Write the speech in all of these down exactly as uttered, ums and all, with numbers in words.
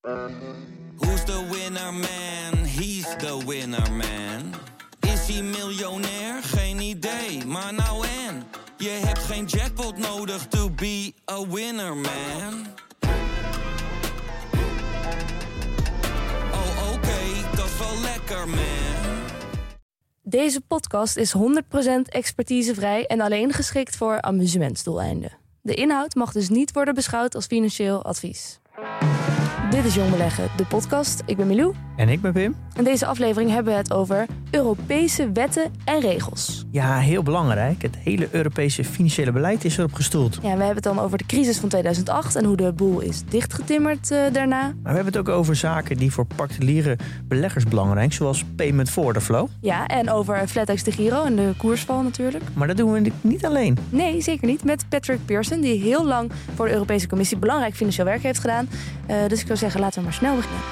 Who's the winner man? He's the winner man. Is hij miljonair? Geen idee, maar nou en. Je hebt geen jackpot nodig to be a winner man. Oh oké, okay, dat is wel lekker man. Deze podcast is honderd procent expertisevrij en alleen geschikt voor amusementsdoeleinden. De inhoud mag dus niet worden beschouwd als financieel advies. Dit is Jong Beleggen, de podcast. Ik ben Milou. En ik ben Pim. In deze aflevering hebben we het over Europese wetten en regels. Ja, heel belangrijk. Het hele Europese financiële beleid is erop gestoeld. Ja, we hebben het dan over de crisis van tweeduizend acht en hoe de boel is dichtgetimmerd uh, daarna. Maar we hebben het ook over zaken die voor particuliere beleggers belangrijk, zoals payment for order flow. Ja, en over flatex de Giro en de koersval natuurlijk. Maar dat doen we niet alleen. Nee, zeker niet. Met Patrick Pearson, die heel lang voor de Europese Commissie belangrijk financieel werk heeft gedaan. Uh, dus ik zou zeggen, laten we maar snel beginnen.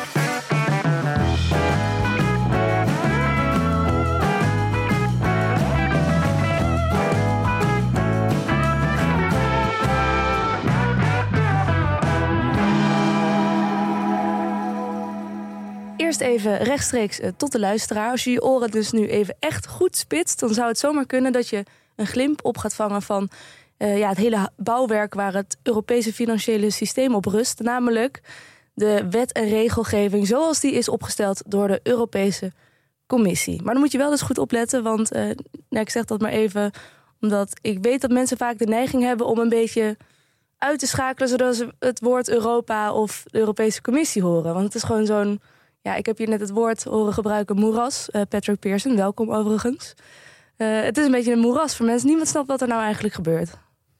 Eerst even rechtstreeks uh, tot de luisteraar. Als je je oren dus nu even echt goed spitst, dan zou het zomaar kunnen dat je een glimp op gaat vangen van uh, ja, het hele bouwwerk waar het Europese financiële systeem op rust. Namelijk de wet en regelgeving zoals die is opgesteld door de Europese Commissie. Maar dan moet je wel dus goed opletten, want uh, nou, ik zeg dat maar even omdat ik weet dat mensen vaak de neiging hebben om een beetje uit te schakelen zodat ze het woord Europa of de Europese Commissie horen. Want het is gewoon zo'n, ja, ik heb hier net het woord horen gebruiken, moeras. Uh, Patrick Pearson, welkom overigens. Uh, het is een beetje een moeras voor mensen. Niemand snapt wat er nou eigenlijk gebeurt.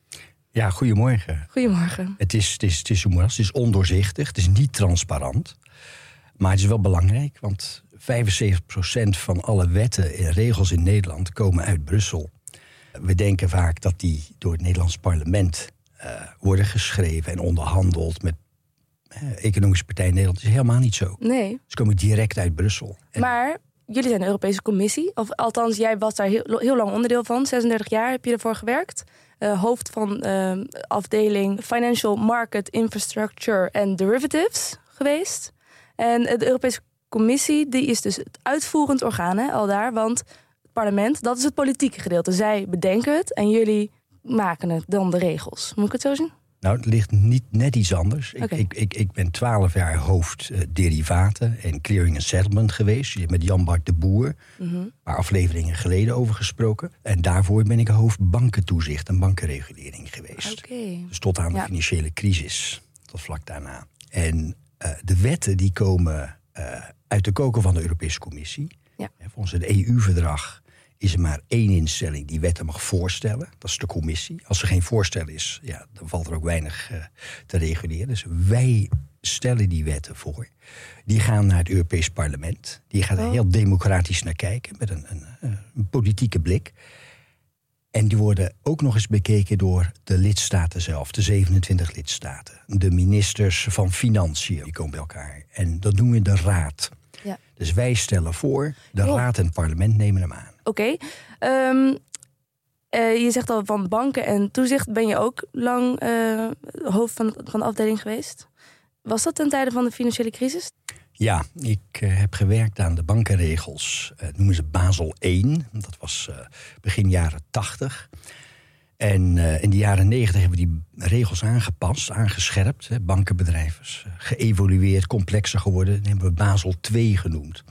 Ja, goedemorgen. Goedemorgen. Het is, het is, het is een moeras, het is ondoorzichtig, het is niet transparant. Maar het is wel belangrijk, want vijfenzeventig procent van alle wetten en regels in Nederland komen uit Brussel. We denken vaak dat die door het Nederlands parlement uh, worden geschreven en onderhandeld met uh, Economische Partij in Nederland. Dat is helemaal niet zo. Nee. Ze komen direct uit Brussel. En maar jullie zijn de Europese Commissie, of althans jij was daar heel, heel lang onderdeel van. zesendertig jaar heb je ervoor gewerkt. Uh, hoofd van uh, afdeling Financial Market Infrastructure and Derivatives geweest. En de Europese Commissie die is dus het uitvoerend orgaan, hè, al daar. Want het parlement, dat is het politieke gedeelte. Zij bedenken het en jullie maken het dan de regels. Moet ik het zo zien? Nou, het ligt niet net iets anders. Okay. Ik, ik, ik, ik ben twaalf jaar hoofd uh, derivaten en clearing en settlement geweest. Je hebt met Jan-Bart de Boer, mm-hmm. een paar afleveringen geleden over gesproken. En daarvoor ben ik hoofd bankentoezicht en bankenregulering geweest. Okay. Dus tot aan de ja. financiële crisis, tot vlak daarna. En uh, de wetten die komen uh, uit de koker van de Europese Commissie. Ja. Volgens het E U-verdrag is er maar één instelling die wetten mag voorstellen. Dat is de Commissie. Als er geen voorstel is, ja, dan valt er ook weinig uh, te reguleren. Dus wij stellen die wetten voor. Die gaan naar het Europees Parlement. Die gaat er oh. heel democratisch naar kijken, met een, een, een politieke blik. En die worden ook nog eens bekeken door de lidstaten zelf, de zevenentwintig lidstaten. De ministers van Financiën, die komen bij elkaar. En dat doen we de Raad. Ja. Dus wij stellen voor, de oh. Raad en het parlement nemen hem aan. Oké. Okay. Um, uh, je zegt al van banken en toezicht. Ben je ook lang uh, hoofd van, van de afdeling geweest? Was dat ten tijde van de financiële crisis? Ja, ik uh, heb gewerkt aan de bankenregels. Uh, noemen ze Basel één. Dat was uh, begin jaren tachtig. En uh, in de jaren negentig hebben we die regels aangepast, aangescherpt. Hè, bankenbedrijven, uh, geëvolueerd, complexer geworden. Dat hebben we Basel twee genoemd.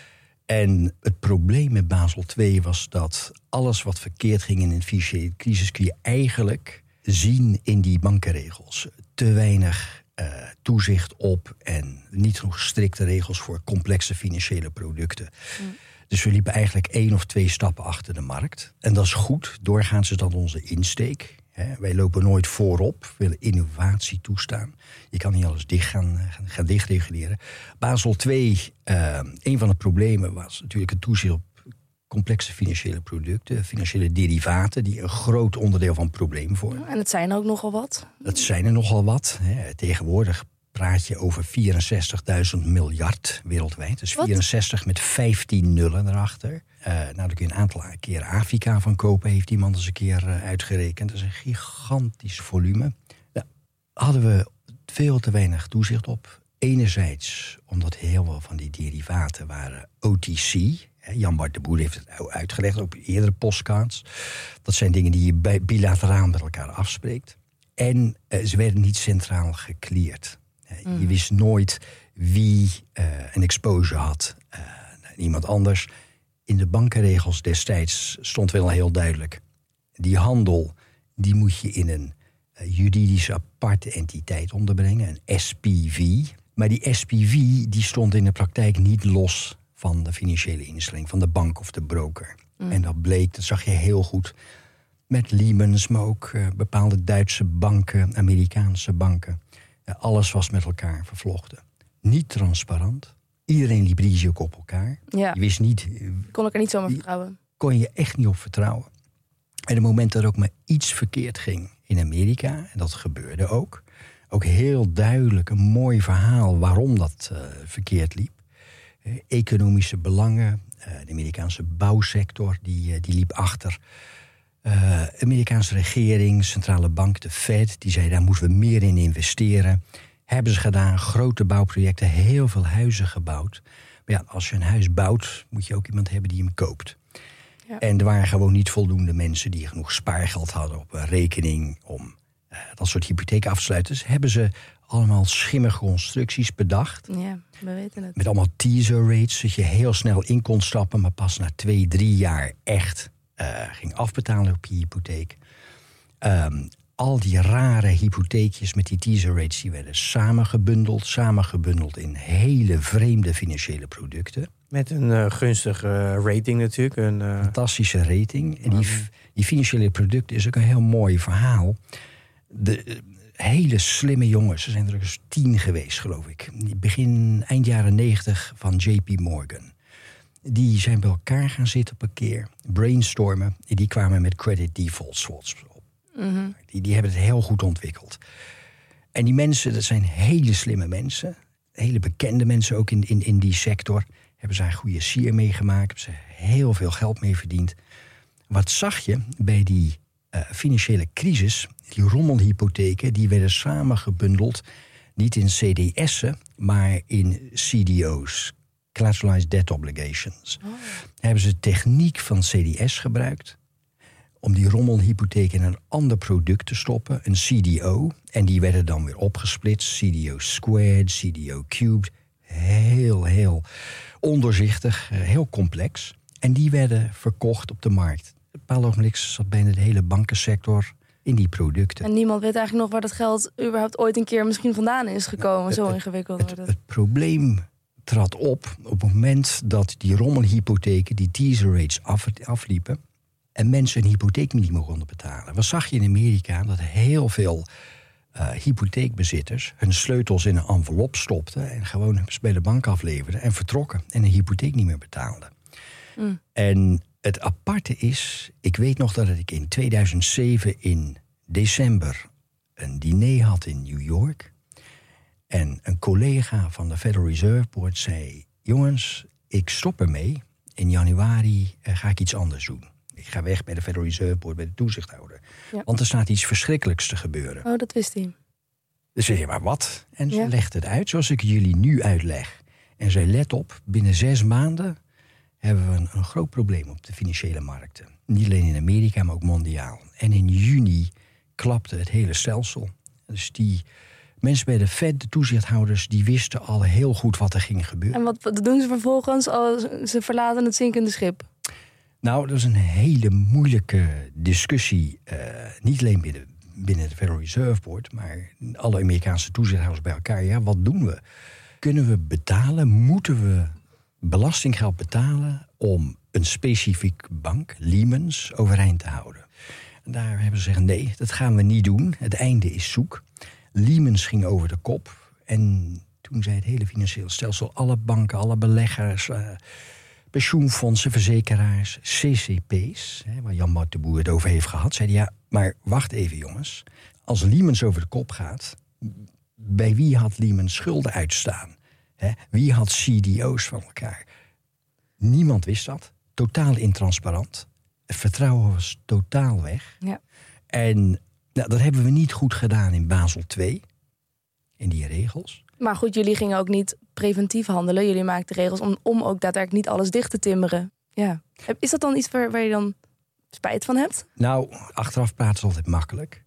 En het probleem met Basel twee was dat alles wat verkeerd ging in een financiële crisis kun je eigenlijk zien in die bankenregels. Te weinig uh, toezicht op en niet genoeg strikte regels voor complexe financiële producten. Mm. Dus we liepen eigenlijk één of twee stappen achter de markt. En dat is goed. Doorgaans is dat onze insteek. He, wij lopen nooit voorop. We willen innovatie toestaan. Je kan niet alles dicht gaan, gaan, gaan dichtreguleren. Basel twee, uh, een van de problemen was natuurlijk het toezicht op complexe financiële producten, financiële derivaten, die een groot onderdeel van het probleem vormen. En het zijn er ook nogal wat. Dat zijn er nogal wat. He, tegenwoordig praat je over vierenzestigduizend miljard wereldwijd. Dus vierenzestig met vijftien nullen erachter. Uh, nou, daar kun je een aantal keren Afrika van kopen, heeft iemand eens een keer uh, uitgerekend. Dat is een gigantisch volume. Nou, hadden we veel te weinig toezicht op. Enerzijds omdat heel veel van die derivaten waren O T C. Jan Bart de Boer heeft het uitgelegd op eerdere postcards. Dat zijn dingen die je bilateraal met elkaar afspreekt. En uh, ze werden niet centraal gecleared. Mm. Je wist nooit wie uh, een exposure had. Uh, iemand anders. In de bankenregels destijds stond wel heel duidelijk. Die handel die moet je in een uh, juridisch aparte entiteit onderbrengen. Een S P V. Maar die S P V die stond in de praktijk niet los van de financiële instelling, van de bank of de broker. Mm. En dat bleek, dat zag je heel goed met Lehman's, maar ook uh, bepaalde Duitse banken, Amerikaanse banken. Uh, alles was met elkaar vervlochten. Niet transparant. Iedereen liep risico op elkaar. Ja. Je wist niet... Uh, kon ik er niet zomaar vertrouwen. Kon je echt niet op vertrouwen. En het moment dat er ook maar iets verkeerd ging in Amerika, en dat gebeurde ook, ook heel duidelijk een mooi verhaal waarom dat uh, verkeerd liep. Uh, economische belangen, uh, de Amerikaanse bouwsector, die, uh, die liep achter. Uh, Amerikaanse regering, centrale bank, de Fed, die zei daar moeten we meer in investeren. Hebben ze gedaan, grote bouwprojecten, heel veel huizen gebouwd. Maar ja, als je een huis bouwt, moet je ook iemand hebben die hem koopt. Ja. En er waren gewoon niet voldoende mensen die genoeg spaargeld hadden op een rekening om uh, dat soort hypotheken af te sluiten. Dus hebben ze allemaal schimmige constructies bedacht. Ja, we weten het. Met allemaal teaser rates, dat je heel snel in kon stappen, maar pas na twee, drie jaar echt uh, ging afbetalen op je hypotheek. Um, al die rare hypotheekjes met die teaser rates, die werden samengebundeld, samengebundeld in hele vreemde financiële producten. Met een uh, gunstige rating natuurlijk. Een uh... fantastische rating. En die, die financiële producten is ook een heel mooi verhaal. De uh, hele slimme jongens, er zijn er dus tien geweest, geloof ik. Begin, eind jaren negentig van J P Morgan. Die zijn bij elkaar gaan zitten op een keer, brainstormen. En die kwamen met credit default swaps op. Mm-hmm. Die, die hebben het heel goed ontwikkeld. En die mensen, dat zijn hele slimme mensen. Hele bekende mensen ook in, in, in die sector. Hebben ze een goede sier meegemaakt. Hebben ze heel veel geld mee verdiend. Wat zag je bij die uh, financiële crisis? Die rommelhypotheken, die werden samengebundeld. Niet in C D S'en, maar in C D O's. Collateralized Debt Obligations. Oh. Hebben ze techniek van C D S gebruikt om die rommelhypotheek in een ander product te stoppen, een C D O. En die werden dan weer opgesplitst, C D O squared, C D O cubed. Heel, heel ondoorzichtig, heel complex. En die werden verkocht op de markt. Op een bepaald ogenblik zat bijna de hele bankensector in die producten. En niemand weet eigenlijk nog waar dat geld überhaupt ooit een keer misschien vandaan is gekomen. Nou, zo het, ingewikkeld wordt het. het. Het probleem trad op op het moment dat die rommelhypotheken, die teaser rates af, afliepen en mensen een hypotheek niet meer konden betalen. Wat zag je in Amerika? Dat heel veel uh, hypotheekbezitters hun sleutels in een envelop stopten en gewoon bij de bank afleverden en vertrokken en een hypotheek niet meer betaalden. Mm. En het aparte is, ik weet nog dat ik in tweeduizend zeven in december een diner had in New York. En een collega van de Federal Reserve Board zei, jongens, ik stop ermee. In januari uh, ga ik iets anders doen. Ik ga weg bij de Federal Reserve Board, bij de toezichthouder. Ja. Want er staat iets verschrikkelijks te gebeuren. Oh, dat wist hij. Dus zei je, maar wat? En ze ja. legt het uit zoals ik jullie nu uitleg. En zei, let op, binnen zes maanden hebben we een, een groot probleem op de financiële markten. Niet alleen in Amerika, maar ook mondiaal. En in juni klapte het hele stelsel. Dus die mensen bij de Fed, de toezichthouders, die wisten al heel goed wat er ging gebeuren. En wat, wat doen ze vervolgens als ze verlaten het zinkende schip? Nou, dat is een hele moeilijke discussie. Uh, niet alleen binnen, binnen de Federal Reserve Board, maar alle Amerikaanse toezichthouders bij elkaar. Ja, wat doen we? Kunnen we betalen? Moeten we belastinggeld betalen om een specifieke bank, Lehman's, overeind te houden? En daar hebben ze gezegd, nee, dat gaan we niet doen. Het einde is zoek. Lehman's ging over de kop. En toen zei het hele financiële stelsel, alle banken, alle beleggers, uh, pensioenfondsen, verzekeraars, C C P's, hè, waar Jan Bart de Boer het over heeft gehad, zeiden ja, maar wacht even jongens. Als Lehman's over de kop gaat, bij wie had Lehman schulden uitstaan? Hè? Wie had C D O's van elkaar? Niemand wist dat. Totaal intransparant. Het vertrouwen was totaal weg. Ja. En nou, dat hebben we niet goed gedaan in Basel twee. In die regels. Maar goed, jullie gingen ook niet preventief handelen. Jullie maakten regels om, om ook daadwerkelijk niet alles dicht te timmeren. Ja. Is dat dan iets waar, waar je dan spijt van hebt? Nou, achteraf praten is altijd makkelijk.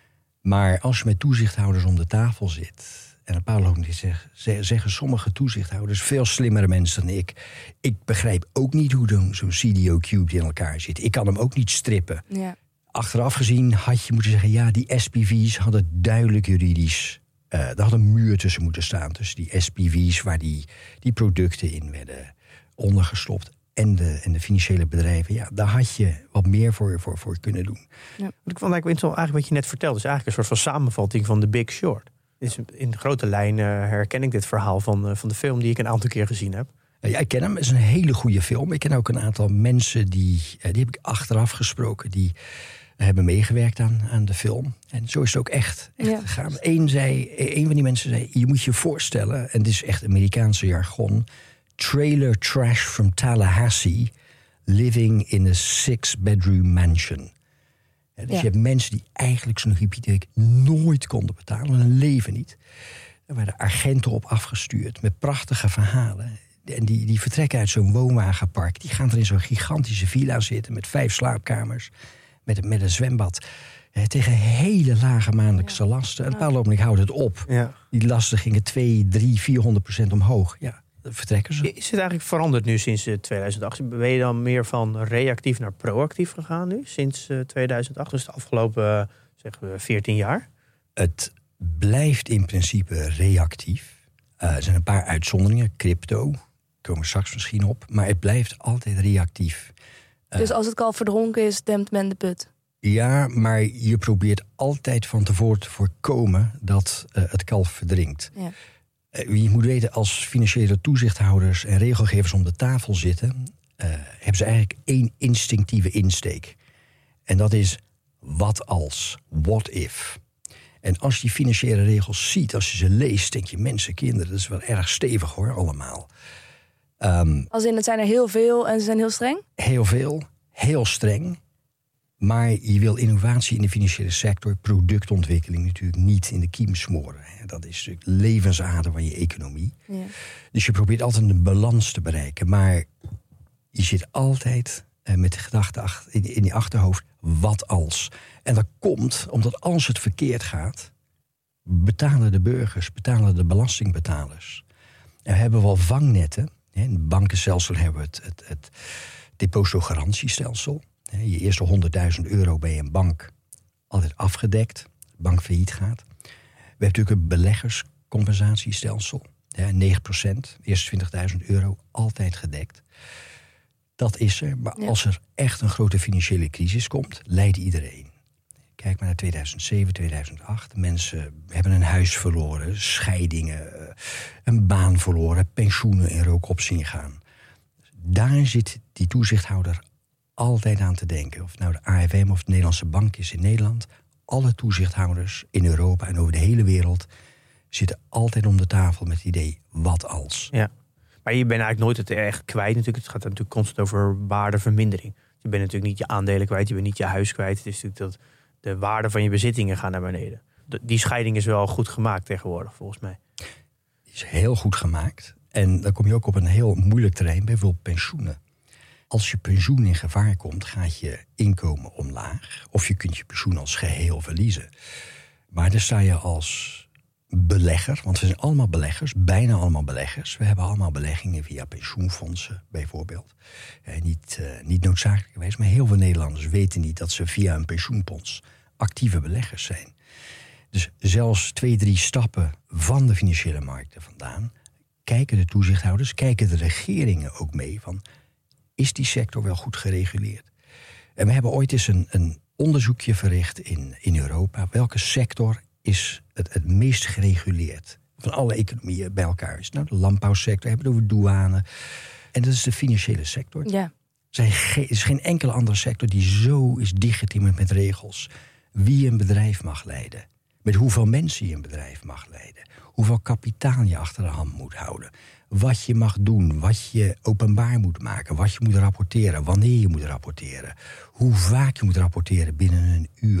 Maar als je met toezichthouders om de tafel zit... en op een bepaald moment zeggen, zeggen sommige toezichthouders... veel slimmere mensen dan ik... ik begrijp ook niet hoe zo'n C D O-cube in elkaar zit. Ik kan hem ook niet strippen. Ja. Achteraf gezien had je moeten zeggen... ja, die S P V's hadden duidelijk juridisch... Uh, er had een muur tussen moeten staan... tussen die S P V's waar die, die producten in werden ondergestopt... En de, en de financiële bedrijven, ja, daar had je wat meer voor, voor, voor kunnen doen. Ja. Ik vond eigenlijk interessant, eigenlijk wat je net vertelde... is eigenlijk een soort van samenvatting van The Big Short. Dus in grote lijnen herken ik dit verhaal van, van de film... die ik een aantal keer gezien heb. Ja, ik ken hem. Het is een hele goede film. Ik ken ook een aantal mensen die... die heb ik achteraf gesproken... die hebben meegewerkt aan, aan de film. En zo is het ook echt, echt ja. gegaan. Eén zei, een van die mensen zei... je moet je voorstellen, en dit is echt Amerikaanse jargon... trailer trash from Tallahassee... living in a six-bedroom mansion. Ja, dus ja. je hebt mensen die eigenlijk zo'n hypotheek nooit konden betalen. Hun leven niet. Er werden agenten op afgestuurd met prachtige verhalen. En die, die vertrekken uit zo'n woonwagenpark. Die gaan er in zo'n gigantische villa zitten met vijf slaapkamers. Met, met een zwembad. Eh, tegen hele lage maandelijkse ja. lasten. En op een bepaald moment houdt het op. Ja. Die lasten gingen twee, drie, vierhonderd procent omhoog. Ja, dan vertrekken ze. Is het eigenlijk veranderd nu sinds tweeduizend acht? Ben je dan meer van reactief naar proactief gegaan nu? Sinds tweeduizend acht, dus de afgelopen zeg, veertien jaar? Het blijft in principe reactief. Uh, er zijn een paar uitzonderingen. Crypto, daar komen we straks misschien op. Maar het blijft altijd reactief. Uh, dus als het kalf verdronken is, dempt men de put? Ja, maar je probeert altijd van tevoren te voorkomen dat uh, het kalf verdrinkt. Ja. Uh, je moet weten, als financiële toezichthouders en regelgevers om de tafel zitten... Uh, hebben ze eigenlijk één instinctieve insteek. En dat is wat als, what if. En als je die financiële regels ziet, als je ze leest... denk je, mensen, kinderen, dat is wel erg stevig hoor, allemaal. Um, als in, het zijn er heel veel en ze zijn heel streng? Heel veel, heel streng. Maar je wil innovatie in de financiële sector... productontwikkeling natuurlijk niet in de kiem smoren. Dat is natuurlijk levensader van je economie. Ja. Dus je probeert altijd een balans te bereiken. Maar je zit altijd uh, met de gedachte achter, in, in je achterhoofd... wat als? En dat komt omdat als het verkeerd gaat... betalen de burgers, betalen de belastingbetalers. En we hebben wel vangnetten. Hè, in het bankenstelsel hebben we het, het, het depositogarantiestelsel... Je eerste honderdduizend euro bij een bank altijd afgedekt. De bank failliet gaat. We hebben natuurlijk een beleggerscompensatiestelsel. negen procent, eerste twintigduizend euro, altijd gedekt. Dat is er. Maar ja. als er echt een grote financiële crisis komt, lijdt iedereen. Kijk maar naar tweeduizend zeven, tweeduizend acht. Mensen hebben een huis verloren, scheidingen, een baan verloren... pensioenen in rook op zien gaan. Daar zit die toezichthouder altijd aan te denken. Of het nou de A F M of de Nederlandse Bank is in Nederland. Alle toezichthouders in Europa en over de hele wereld... zitten altijd om de tafel met het idee, wat als? Ja, maar je bent eigenlijk nooit het echt kwijt natuurlijk. Het gaat natuurlijk constant over waardevermindering. Je bent natuurlijk niet je aandelen kwijt, je bent niet je huis kwijt. Het is natuurlijk dat de waarde van je bezittingen gaan naar beneden. Die scheiding is wel goed gemaakt tegenwoordig, volgens mij. Die is heel goed gemaakt. En dan kom je ook op een heel moeilijk terrein, bijvoorbeeld pensioenen. Als je pensioen in gevaar komt, gaat je inkomen omlaag. Of je kunt je pensioen als geheel verliezen. Maar dan sta je als belegger, want we zijn allemaal beleggers, bijna allemaal beleggers. We hebben allemaal beleggingen via pensioenfondsen, bijvoorbeeld. Eh, niet, uh, niet noodzakelijk geweest, maar heel veel Nederlanders weten niet dat ze via een pensioenfonds actieve beleggers zijn. Dus zelfs twee, drie stappen van de financiële markten vandaan kijken de toezichthouders, kijken de regeringen ook mee van, is die sector wel goed gereguleerd? En we hebben ooit eens een, een onderzoekje verricht in, in Europa. Welke sector is het, het meest gereguleerd? Van alle economieën bij elkaar is. Nou, de landbouwsector, hebben we het over douane. En dat is de financiële sector. Ja. Er is geen enkele andere sector die zo is dichtgetimmerd met regels. Wie een bedrijf mag leiden. Met hoeveel mensen je een bedrijf mag leiden. Hoeveel kapitaal je achter de hand moet houden. Wat je mag doen, wat je openbaar moet maken, wat je moet rapporteren, wanneer je moet rapporteren, hoe vaak je moet rapporteren binnen een uur.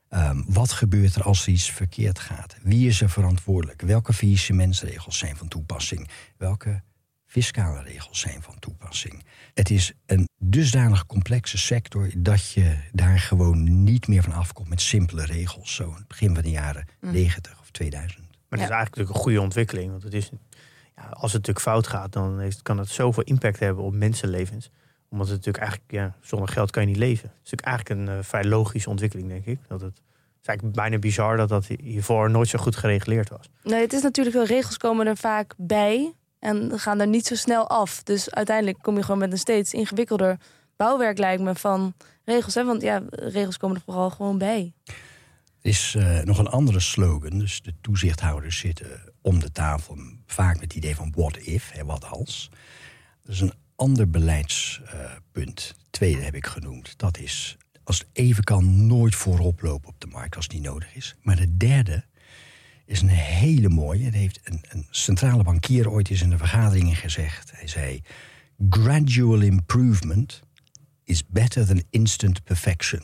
Um, wat gebeurt er als er iets verkeerd gaat? Wie is er verantwoordelijk? Welke faillissementsregels zijn van toepassing? Welke fiscale regels zijn van toepassing? Het is een dusdanig complexe sector dat je daar gewoon niet meer van afkomt met simpele regels. Zo in het begin van de jaren mm. negentig of tweeduizend. Maar het ja. is eigenlijk natuurlijk een goede ontwikkeling. Want het is, ja, als het natuurlijk fout gaat, dan heeft, kan het zoveel impact hebben op mensenlevens. Omdat het natuurlijk eigenlijk, ja, zonder geld kan je niet leven. Het is natuurlijk eigenlijk een uh, vrij logische ontwikkeling, denk ik. Dat het, het is eigenlijk bijna bizar dat dat hiervoor nooit zo goed gereguleerd was. Nee, het is natuurlijk wel, regels komen er vaak bij en gaan er niet zo snel af. Dus uiteindelijk kom je gewoon met een steeds ingewikkelder bouwwerk, lijkt me, van regels. Hè? Want ja, regels komen er vooral gewoon bij. Er is uh, nog een andere slogan. Dus de toezichthouders zitten om de tafel vaak met het idee van what if, hè, wat als. Dat is een ander beleidspunt. Uh, tweede heb ik genoemd. Dat is, als het even kan, nooit voorop lopen op de markt als het niet nodig is. Maar de derde is een hele mooie. Dat heeft een, een centrale bankier ooit eens in de vergaderingen gezegd. Hij zei, gradual improvement is better than instant perfection.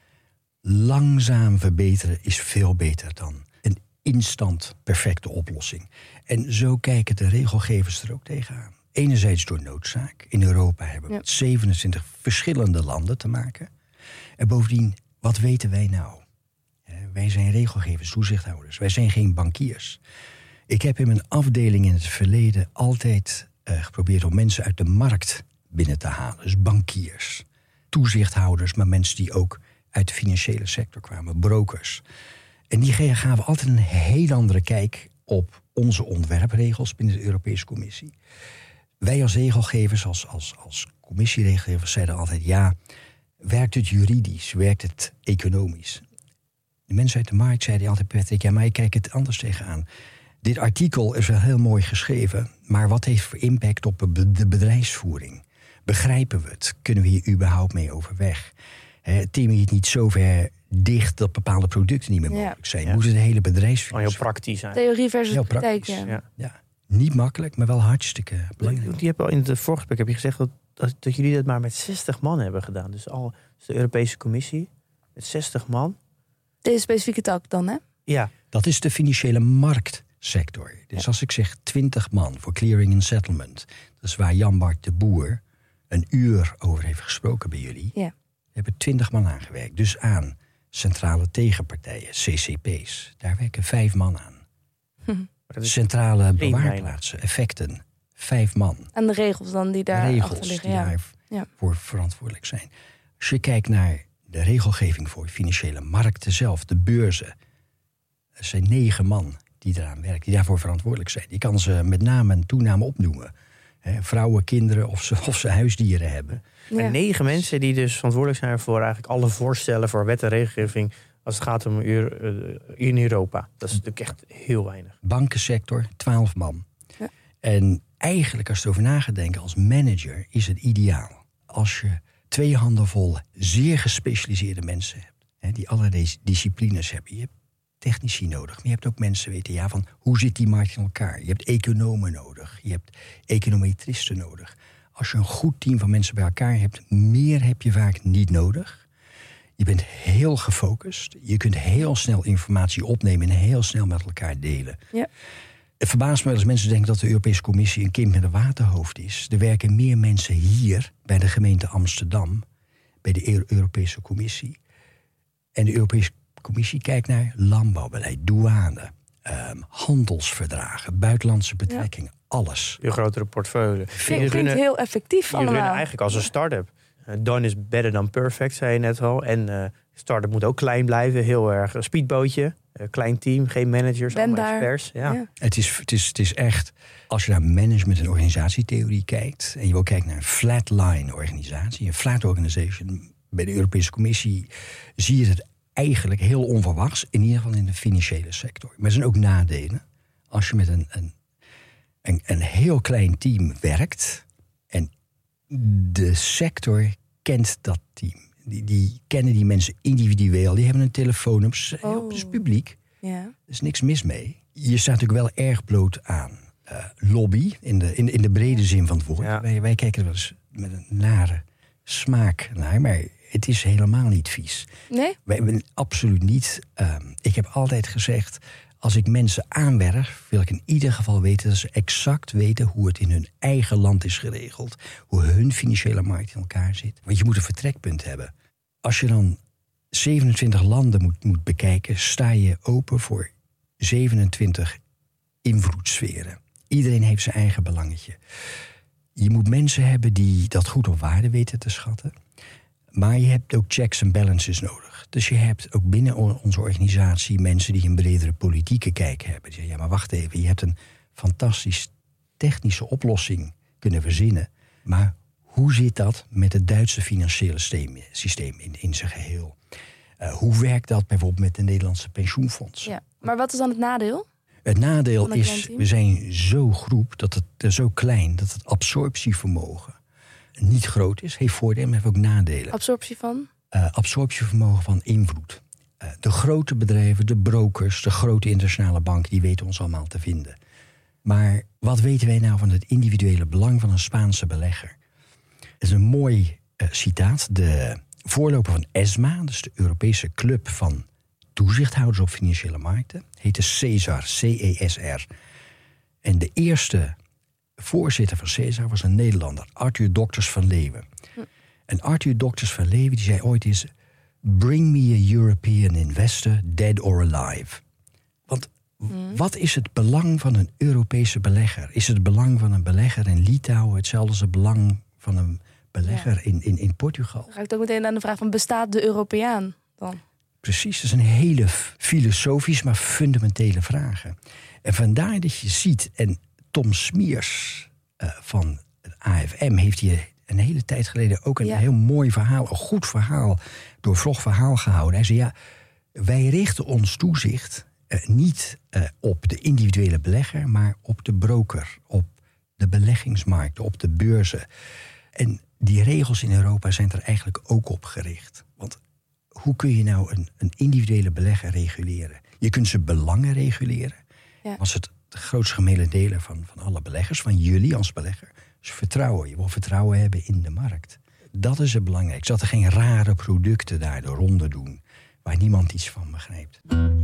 Langzaam verbeteren is veel beter dan een instant perfecte oplossing. En zo kijken de regelgevers er ook tegenaan. Enerzijds door noodzaak. In Europa hebben we ja. met zevenentwintig verschillende landen te maken. En bovendien, wat weten wij nou? Wij zijn regelgevers, toezichthouders. Wij zijn geen bankiers. Ik heb in mijn afdeling in het verleden altijd uh, geprobeerd om mensen uit de markt binnen te halen. Dus bankiers, toezichthouders, maar mensen die ook uit de financiële sector kwamen, brokers. En die gaven altijd een heel andere kijk op onze ontwerpregels binnen de Europese Commissie. Wij als regelgevers, als, als, als commissieregelgevers, zeiden altijd, ja, werkt het juridisch, werkt het economisch? De mensen uit de markt zeiden altijd, Patrick, ja, maar ik kijk het anders tegenaan. Dit artikel is wel heel mooi geschreven, maar wat heeft voor impact op de bedrijfsvoering? Begrijpen we het? Kunnen we hier überhaupt mee overweg? Tim je het niet zo ver dicht dat bepaalde producten niet meer mogelijk zijn? Ja. Moet het hele bedrijfsvoering heel praktisch zijn. Theorie versus praktijk, ja. Ja. ja. Niet makkelijk, maar wel hartstikke belangrijk. Die heb al in het voorgesprek heb je gezegd dat, dat, dat jullie dat maar met zestig man hebben gedaan. Dus al dus de Europese Commissie met zestig man. Deze specifieke tak dan, hè? Ja. Dat is de financiële marktsector. Dus ja. als ik zeg twintig man voor clearing and settlement, dat is waar Jan Bart de Boer een uur over heeft gesproken bij jullie. Ja. hebben twintig man aangewerkt. Dus aan centrale tegenpartijen, C C P's. Daar werken vijf man aan. Hm. Centrale bewaarplaatsen, effecten, vijf man. En de regels dan die daar regels achter liggen. die ja. daarvoor ja. verantwoordelijk zijn. Als je kijkt naar de regelgeving voor financiële markten zelf, de beurzen. Er zijn negen man die eraan werken, die daarvoor verantwoordelijk zijn. Die kan ze met naam en toename opnoemen. He, vrouwen, kinderen of ze, of ze huisdieren hebben. Ja. En negen mensen die dus verantwoordelijk zijn voor eigenlijk alle voorstellen voor wet en regelgeving als het gaat om uh, in Europa. Dat is natuurlijk echt heel weinig. Bankensector, twaalf man. Ja. En eigenlijk als je erover na gaat denken als manager is het ideaal. Als je twee handen vol zeer gespecialiseerde mensen hebt. Hè, die allerlei disciplines hebben. Je hebt technici nodig, maar je hebt ook mensen weten ja, van hoe zit die markt in elkaar. Je hebt economen nodig, je hebt econometristen nodig. Als je een goed team van mensen bij elkaar hebt, meer heb je vaak niet nodig. Je bent heel gefocust. Je kunt heel snel informatie opnemen en heel snel met elkaar delen. Ja. Het verbaast me als mensen denken dat de Europese Commissie een kind met een waterhoofd is. Er werken meer mensen hier bij de gemeente Amsterdam, bij de Europese Commissie. En de Europese Commissie kijkt naar landbouwbeleid, douane, um, handelsverdragen, buitenlandse betrekkingen, ja. alles. Je grotere portefeuille. Het klinkt heel effectief allemaal. Je runnen eigenlijk als een start-up. Uh, done is better than perfect, zei je net al. En uh, start-up moet ook klein blijven, heel erg een speedbootje. Uh, klein team, geen managers, ben allemaal daar. experts. Ja. Ja. Het, is, het, is, het is echt, als je naar management en organisatietheorie kijkt en je wil kijken naar een flatline organisatie, een flat organization bij de Europese Commissie, zie je het eigenlijk heel onverwachts, in ieder geval in de financiële sector. Maar er zijn ook nadelen. Als je met een, een, een, een heel klein team werkt en de sector kent dat team. Die, die kennen die mensen individueel. Die hebben een telefoonnummer. Oh. Het is publiek. Ja. Er is niks mis mee. Je staat natuurlijk wel erg bloot aan uh, lobby, in de, in, in de brede zin van het woord. Ja. Wij, wij kijken er wel eens met een nare smaak naar, maar het is helemaal niet vies. Nee? Wij hebben absoluut niet. Uh, ik heb altijd gezegd, als ik mensen aanwerf, wil ik in ieder geval weten dat ze exact weten hoe het in hun eigen land is geregeld. Hoe hun financiële markt in elkaar zit. Want je moet een vertrekpunt hebben. Als je dan zevenentwintig landen moet, moet bekijken, sta je open voor zevenentwintig invloedssferen. Iedereen heeft zijn eigen belangetje. Je moet mensen hebben die dat goed op waarde weten te schatten. Maar je hebt ook checks en balances nodig. Dus je hebt ook binnen onze organisatie mensen die een bredere politieke kijk hebben. Die zeggen, ja, maar wacht even, je hebt een fantastisch technische oplossing kunnen verzinnen. Maar hoe zit dat met het Duitse financiële systeem in, in zijn geheel? Uh, hoe werkt dat bijvoorbeeld met de Nederlandse pensioenfonds? Ja, maar wat is dan het nadeel? Het nadeel is, we zijn zo groep, dat het uh, zo klein, dat het absorptievermogen niet groot is. Heeft voordelen, maar heeft ook nadelen. Absorptie van? Uh, absorptievermogen van invloed. Uh, de grote bedrijven, de brokers, de grote internationale banken, die weten ons allemaal te vinden. Maar wat weten wij nou van het individuele belang van een Spaanse belegger? Het is een mooi uh, citaat. De voorloper van ESMA, dus de Europese Club van Toezichthouders op Financiële Markten, heette CESAR, C E S R. En de eerste voorzitter van CESAR was een Nederlander, Arthur Dokters van Leeuwen. Hm. En Arthur Dokters van Leeuwen die zei ooit eens, bring me a European investor, dead or alive. Want hm. wat is het belang van een Europese belegger? Is het belang van een belegger in Litouwen hetzelfde als het belang van een belegger ja. in, in, in Portugal? Dan ga ik ook meteen aan de vraag van, bestaat de Europeaan dan? Precies, dat is een hele filosofische, maar fundamentele vraag. En vandaar dat je ziet, en Tom Smeers uh, van het A F M heeft hier een hele tijd geleden ook een ja. heel mooi verhaal, een goed verhaal, doorvlog verhaal gehouden. Hij zei, ja, wij richten ons toezicht uh, niet uh, op de individuele belegger, maar op de broker, op de beleggingsmarkten, op de beurzen. En die regels in Europa zijn er eigenlijk ook op gericht. Want hoe kun je nou een, een individuele belegger reguleren? Je kunt ze belangen reguleren. Ja. Als het de grootste gemene delen van, van alle beleggers, van jullie als belegger, is vertrouwen. Je wil vertrouwen hebben in de markt. Dat is het belangrijkste. Dat er geen rare producten daar de ronde doen, waar niemand iets van begrijpt.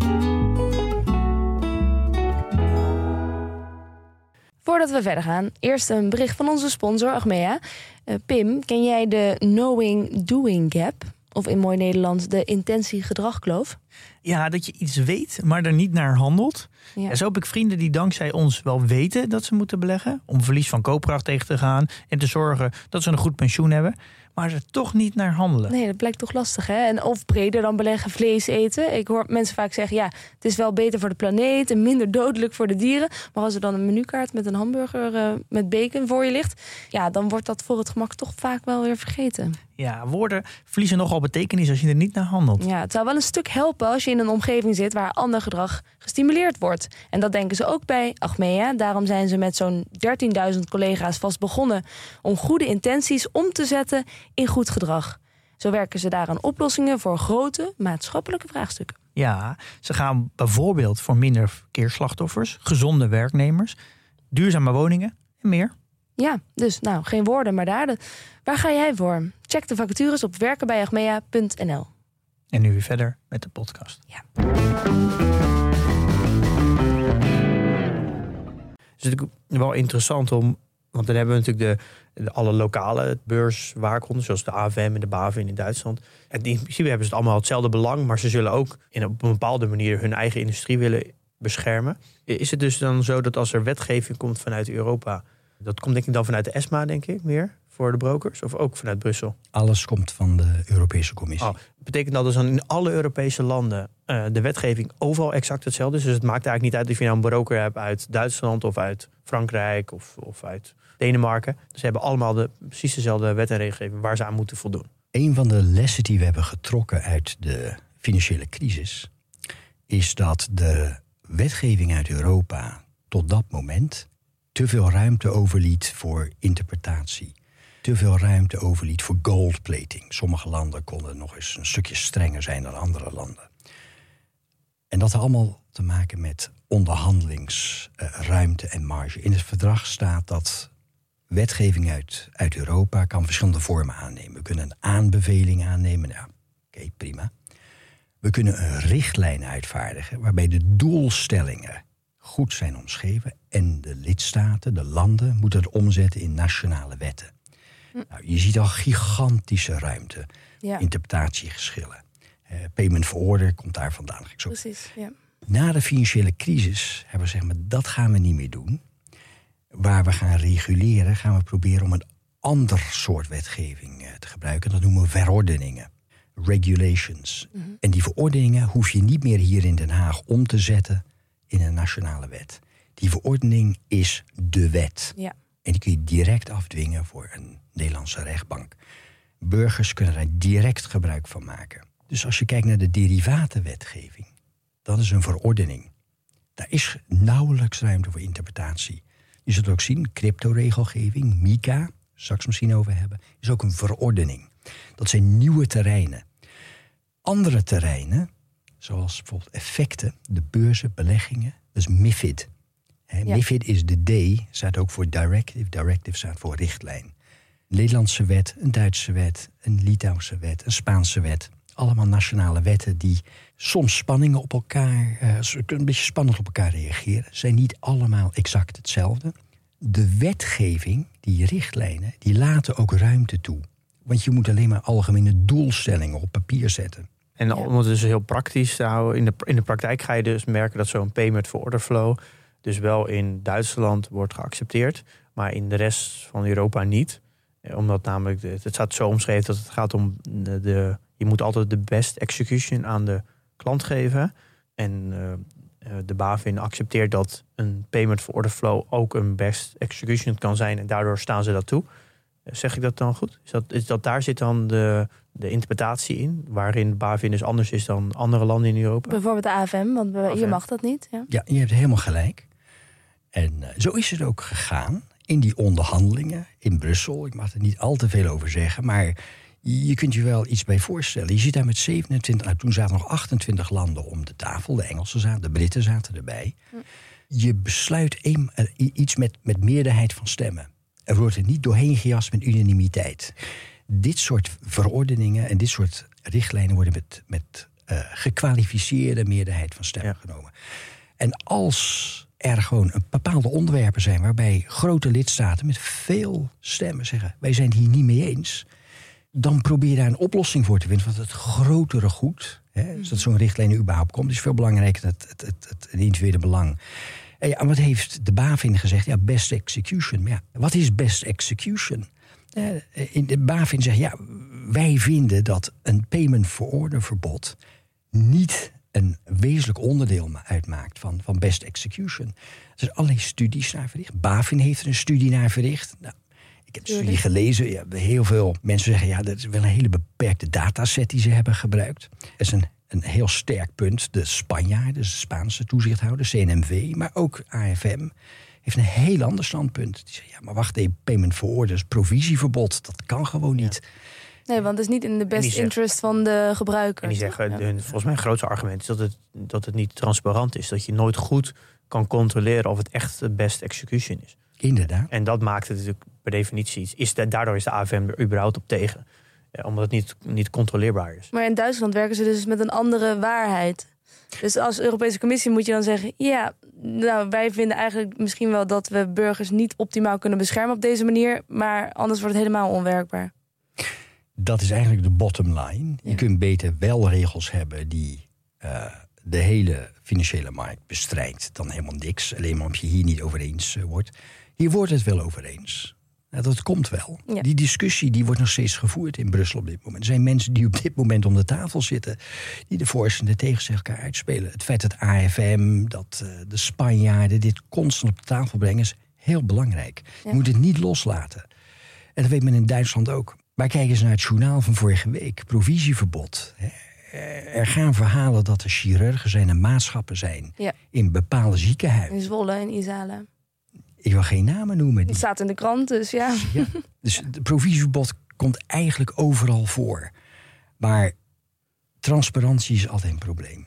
Voordat we verder gaan, eerst een bericht van onze sponsor Achmea. Uh, Pim, ken jij de knowing-doing gap? Of in mooi Nederlands de intentie-gedragkloof? Ja, dat je iets weet, maar er niet naar handelt. Ja. Ja, zo heb ik vrienden die dankzij ons wel weten dat ze moeten beleggen, om verlies van koopkracht tegen te gaan en te zorgen dat ze een goed pensioen hebben, maar er toch niet naar handelen. Nee, dat blijkt toch lastig, hè? En of breder dan beleggen, vlees eten. Ik hoor mensen vaak zeggen, ja, het is wel beter voor de planeet en minder dodelijk voor de dieren. Maar als er dan een menukaart met een hamburger uh, met bacon voor je ligt, ja, dan wordt dat voor het gemak toch vaak wel weer vergeten. Ja, woorden verliezen nogal betekenis als je er niet naar handelt. Ja, het zou wel een stuk helpen als je in een omgeving zit waar ander gedrag gestimuleerd wordt. En dat denken ze ook bij Achmea. Daarom zijn ze met zo'n dertienduizend collega's vast begonnen om goede intenties om te zetten in goed gedrag. Zo werken ze daar aan oplossingen voor grote maatschappelijke vraagstukken. Ja, ze gaan bijvoorbeeld voor minder verkeersslachtoffers, gezonde werknemers, duurzame woningen en meer. Ja, dus nou, geen woorden, maar daden. Waar ga jij voor? Check de vacatures op werken bij achmea punt n l. En nu weer verder met de podcast. Ja. Het is natuurlijk wel interessant om, want dan hebben we natuurlijk de, de alle lokale beurswaakhonders, zoals de A F M en de BaFin in Duitsland. En in principe hebben ze het allemaal hetzelfde belang, maar ze zullen ook in op een bepaalde manier hun eigen industrie willen beschermen. Is het dus dan zo dat als er wetgeving komt vanuit Europa, dat komt denk ik dan vanuit de ESMA, denk ik, meer voor de brokers, of ook vanuit Brussel? Alles komt van de Europese Commissie. Oh, betekent dat dus dan in alle Europese landen uh, de wetgeving overal exact hetzelfde is? Dus het maakt eigenlijk niet uit of je nou een broker hebt uit Duitsland of uit Frankrijk of, of uit Denemarken. Dus ze hebben allemaal de, precies dezelfde wet en regelgeving waar ze aan moeten voldoen. Een van de lessen die we hebben getrokken uit de financiële crisis is dat de wetgeving uit Europa tot dat moment te veel ruimte overliet voor interpretatie. Te veel ruimte overliet voor goldplating. Sommige landen konden nog eens een stukje strenger zijn dan andere landen. En dat had allemaal te maken met onderhandelingsruimte en marge. In het verdrag staat dat wetgeving uit, uit Europa kan verschillende vormen aannemen. We kunnen een aanbeveling aannemen. Nou, oké, okay, prima. We kunnen een richtlijn uitvaardigen waarbij de doelstellingen goed zijn omschreven. En de lidstaten, de landen, moeten het omzetten in nationale wetten. Hm. Nou, je ziet al gigantische ruimte, ja. interpretatiegeschillen. Uh, payment for order komt daar vandaan. Zo. Precies, ja. Na de financiële crisis hebben we gezegd, maar dat gaan we niet meer doen. Waar we gaan reguleren, gaan we proberen om een ander soort wetgeving uh, te gebruiken. Dat noemen we verordeningen. Regulations. Mm-hmm. En die verordeningen hoef je niet meer hier in Den Haag om te zetten in een nationale wet. Die verordening is de wet. Ja. En die kun je direct afdwingen voor een Nederlandse rechtbank. Burgers kunnen daar direct gebruik van maken. Dus als je kijkt naar de derivatenwetgeving, dat is een verordening. Daar is nauwelijks ruimte voor interpretatie. Je zult ook zien, cryptoregelgeving, MiCA, straks misschien over hebben, is ook een verordening. Dat zijn nieuwe terreinen. Andere terreinen, zoals bijvoorbeeld effecten, de beurzen, beleggingen, dat is MiFID. He, ja. MiFID is de D, staat ook voor directive, directive staat voor richtlijn. Een Nederlandse wet, een Duitse wet, een Litouwse wet, een Spaanse wet. Allemaal nationale wetten die soms spanningen op elkaar, uh, een beetje spannend op elkaar reageren. Zijn niet allemaal exact hetzelfde. De wetgeving, die richtlijnen, die laten ook ruimte toe. Want je moet alleen maar algemene doelstellingen op papier zetten. En Ja. om het dus heel praktisch te houden, in de, in de praktijk ga je dus merken dat zo'n payment for order flow dus wel in Duitsland wordt geaccepteerd, maar in de rest van Europa niet. Omdat namelijk, de, het staat zo omschreven dat het gaat om de, de je moet altijd de best execution aan de klant geven. En uh, de BaFin accepteert dat een payment for order flow ook een best execution kan zijn. En daardoor staan ze dat toe. Zeg ik dat dan goed? Is dat, is dat daar zit dan de, de interpretatie in? Waarin BaFin dus anders is dan andere landen in Europa? Bijvoorbeeld de A F M, want A F M. hier mag dat niet. Ja, Ja, je hebt helemaal gelijk. En uh, zo is het ook gegaan in die onderhandelingen in Brussel. Ik mag er niet al te veel over zeggen, maar je kunt je wel iets bij voorstellen. Je zit daar met zevenentwintig, nou, toen zaten nog achtentwintig landen om de tafel. De Engelsen zaten, de Britten zaten erbij. Hm. Je besluit een, uh, iets met, met meerderheid van stemmen. Er wordt er niet doorheen gejast met unanimiteit. Dit soort verordeningen en dit soort richtlijnen worden met, met uh, gekwalificeerde meerderheid van stemmen ja. genomen. En als er gewoon een bepaalde onderwerpen zijn waarbij grote lidstaten met veel stemmen zeggen, wij zijn het hier niet mee eens, dan probeer je daar een oplossing voor te vinden. Want het grotere goed, hè, dus dat zo'n richtlijn überhaupt komt, is veel belangrijker dan het, het, het, het individuele belang. En ja, wat heeft de BaFin gezegd? Ja, best execution. Maar ja, wat is best execution? Uh, in de BaFin zegt, ja, wij vinden dat een payment for order verbod niet een wezenlijk onderdeel uitmaakt van, van best execution. Er zijn allerlei studies naar verricht. BaFin heeft er een studie naar verricht. Nou, ik heb de studie gelezen. Ja, heel veel mensen zeggen, ja, dat is wel een hele beperkte dataset die ze hebben gebruikt. Dat is een, een heel sterk punt. De Spanjaarden, de Spaanse toezichthouder, C N M V, maar ook A F M, heeft een heel ander standpunt. Die zeggen, ja, maar wacht even, payment for orders, provisieverbod, dat kan gewoon niet. Ja. Nee, want het is niet in de best zeggen, interest van de gebruiker. En die zeggen, ja. de, volgens mij een grootste argument is dat het, dat het niet transparant is. Dat je nooit goed kan controleren of het echt de best execution is. Inderdaad. En dat maakt het natuurlijk per definitie iets. Is de, daardoor is de A F M er überhaupt op tegen. Ja, omdat het niet, niet controleerbaar is. Maar in Duitsland werken ze dus met een andere waarheid. Dus als Europese Commissie moet je dan zeggen, ja, nou, wij vinden eigenlijk misschien wel dat we burgers niet optimaal kunnen beschermen op deze manier, maar anders wordt het helemaal onwerkbaar. Dat is eigenlijk de bottom line. Je ja. kunt beter wel regels hebben die uh, de hele financiële markt bestrijdt dan helemaal niks. Alleen maar omdat je hier niet over eens uh, wordt. Hier wordt het wel over eens. Nou, dat komt wel. Ja. Die discussie die wordt nog steeds gevoerd in Brussel op dit moment. Er zijn mensen die op dit moment om de tafel zitten, die de voor's en de tegens elkaar uitspelen. Het feit dat A F M, dat uh, de Spanjaarden dit constant op de tafel brengen, is heel belangrijk. Ja. Je moet het niet loslaten. En dat weet men in Duitsland ook. Maar kijk eens naar het journaal van vorige week. Provisieverbod. Er gaan verhalen dat er chirurgen zijn en maatschappen zijn ja. in bepaalde ziekenhuizen. In Zwolle en Isala. Ik wil geen namen noemen. Die... Het staat in de krant, dus ja. ja. Dus het provisieverbod komt eigenlijk overal voor. Maar transparantie is altijd een probleem.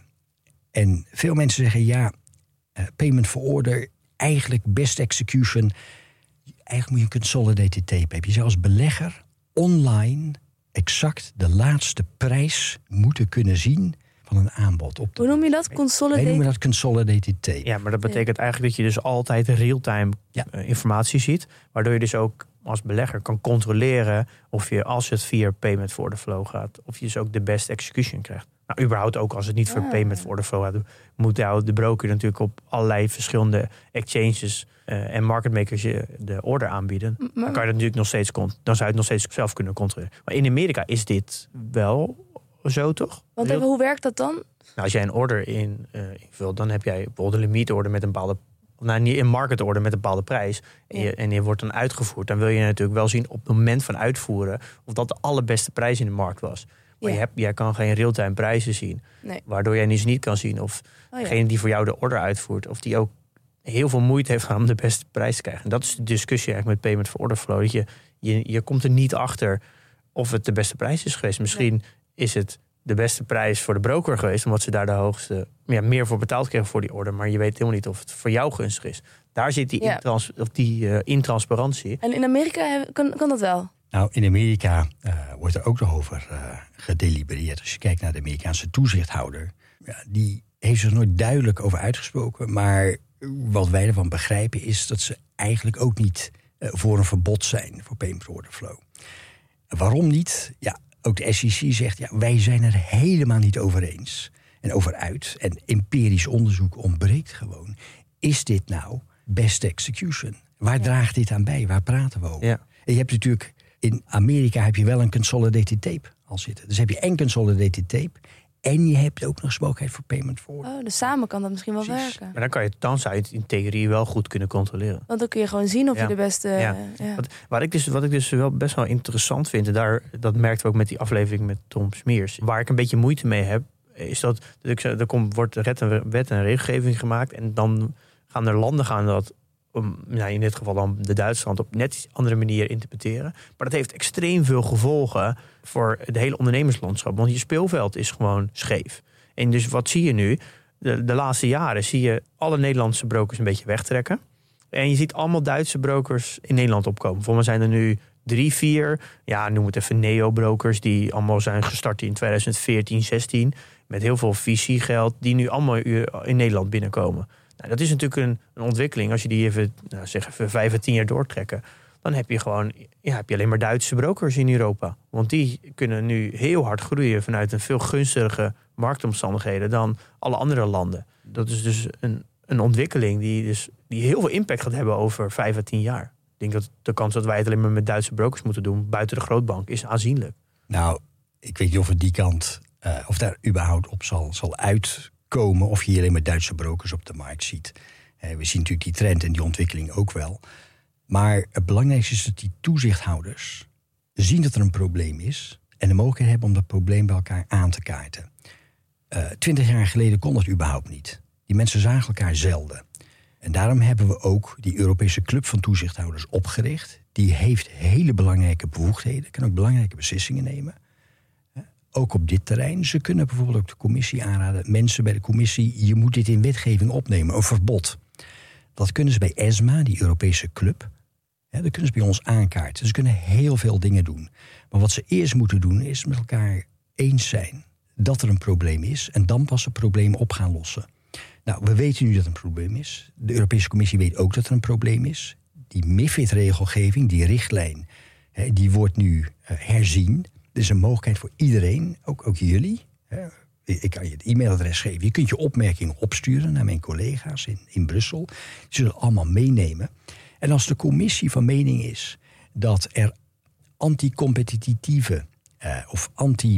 En veel mensen zeggen, ja, uh, payment for order, eigenlijk best execution. eigenlijk moet je een consolidated tape hebben. Je zou als belegger online exact de laatste prijs moeten kunnen zien van een aanbod. Op de Hoe noem je dat? Consolidated? Wij noemen dat consolidated tape. Ja, maar dat betekent eigenlijk dat je dus altijd real-time Ja. uh, informatie ziet. Waardoor je dus ook als belegger kan controleren of je, als het via payment for order flow gaat, of je dus ook de best execution krijgt. Nou, überhaupt ook als het niet voor Ah. payment for order flow gaat, moet jou de broker natuurlijk op allerlei verschillende exchanges uh, en market makers je de order aanbieden. Maar- Dan kan je dat natuurlijk nog steeds, con- dan zou je het nog steeds zelf kunnen controleren. Maar in Amerika is dit wel zo, toch? Want Real- even, hoe werkt dat dan? Nou, als jij een order in, uh, invult, dan heb jij bijvoorbeeld een limietorder met een bepaalde, nou, niet een market order met een bepaalde prijs. En, je, Ja. en die wordt dan uitgevoerd. Dan wil je natuurlijk wel zien op het moment van uitvoeren of dat de allerbeste prijs in de markt was. Maar Ja. je hebt, jij kan geen real-time prijzen zien. Nee. Waardoor jij dus niet kan zien of Oh, ja. degene die voor jou de order uitvoert, of die ook heel veel moeite heeft om de beste prijs te krijgen. En dat is de discussie eigenlijk met payment for order flow. Dat je, je, je komt er niet achter of het de beste prijs is geweest. Misschien is het de beste prijs voor de broker geweest, omdat ze daar de hoogste, ja, meer voor betaald kregen voor die order. Maar je weet helemaal niet of het voor jou gunstig is. Daar zit die, Ja. intrans, of die uh, intransparantie. En in Amerika he- kan, kan dat wel? Nou, in Amerika uh, wordt er ook nog over uh, gedelibereerd. Als je kijkt naar de Amerikaanse toezichthouder, ja, die heeft zich nooit duidelijk over uitgesproken. Maar wat wij ervan begrijpen is dat ze eigenlijk ook niet uh, voor een verbod zijn voor payment for order flow. Waarom niet? Ja, ook de S E C zegt, ja, wij zijn er helemaal niet over eens en over uit. En empirisch onderzoek ontbreekt gewoon. Is dit nou best execution? Waar Ja. draagt dit aan bij? Waar praten we over? Ja. En je hebt natuurlijk, in Amerika heb je wel een consolidated tape al zitten. Dus heb je en consolidated tape en je hebt ook nog eens mogelijkheid voor payment for order. Oh, dus samen kan dat misschien wel Precies. werken. Maar dan kan je het, dan zou je het in theorie wel goed kunnen controleren. Want dan kun je gewoon zien of Ja. je de beste... Ja. ja. Wat, waar ik dus, wat ik dus wel best wel interessant vind, en daar, dat merkten we ook met die aflevering met Tom Smeers. Waar ik een beetje moeite mee heb, is dat, dat ik, zeg, er komt, wordt wet en, wet en regelgeving gemaakt. En dan gaan er landen gaan dat, om, nou in dit geval dan de Duitsland, op net iets andere manier interpreteren. Maar dat heeft extreem veel gevolgen voor het hele ondernemerslandschap. Want je speelveld is gewoon scheef. En dus wat zie je nu? De, de laatste jaren zie je alle Nederlandse brokers een beetje wegtrekken. En je ziet allemaal Duitse brokers in Nederland opkomen. Volgens mij zijn er nu drie, vier, ja, noem het even neo-brokers, die allemaal zijn gestart in tweeduizend veertien, zestien. Met heel veel V C-geld, die nu allemaal in Nederland binnenkomen. Nou, dat is natuurlijk een, een ontwikkeling. Als je die even, nou, zeg even vijf à tien jaar doortrekken, dan heb je gewoon, ja, heb je alleen maar Duitse brokers in Europa. Want die kunnen nu heel hard groeien vanuit een veel gunstigere marktomstandigheden dan alle andere landen. Dat is dus een, een ontwikkeling die, dus, die heel veel impact gaat hebben over vijf à tien jaar. Ik denk dat de kans dat wij het alleen maar met Duitse brokers moeten doen, buiten de grootbank, is aanzienlijk. Nou, ik weet niet of het die kant, uh, of daar überhaupt op zal, zal uitkomen, of je hier alleen maar Duitse brokers op de markt ziet. Uh, we zien natuurlijk die trend en die ontwikkeling ook wel. Maar het belangrijkste is dat die toezichthouders zien dat er een probleem is en de mogelijkheid hebben om dat probleem bij elkaar aan te kaarten. Twintig uh, jaar geleden kon dat überhaupt niet. Die mensen zagen elkaar zelden. En daarom hebben we ook die Europese Club van Toezichthouders opgericht. Die heeft hele belangrijke bevoegdheden, kan ook belangrijke beslissingen nemen. Ook op dit terrein. Ze kunnen bijvoorbeeld ook de commissie aanraden. Mensen bij de commissie, je moet dit in wetgeving opnemen, een verbod. Dat kunnen ze bij ESMA, die Europese club. Ja, dat kunnen ze bij ons aankaarten. Ze kunnen heel veel dingen doen. Maar wat ze eerst moeten doen, is met elkaar eens zijn dat er een probleem is. En dan pas het probleem op gaan lossen. Nou, we weten nu dat er een probleem is. De Europese Commissie weet ook dat er een probleem is. Die MiFID-regelgeving, die richtlijn, hè, die wordt nu uh, herzien. Er is een mogelijkheid voor iedereen, ook, ook jullie. Hè. Ik kan je het e-mailadres geven. Je kunt je opmerkingen opsturen naar mijn collega's in, in Brussel. Die zullen allemaal meenemen. En als de commissie van mening is dat er anticompetitieve Uh, of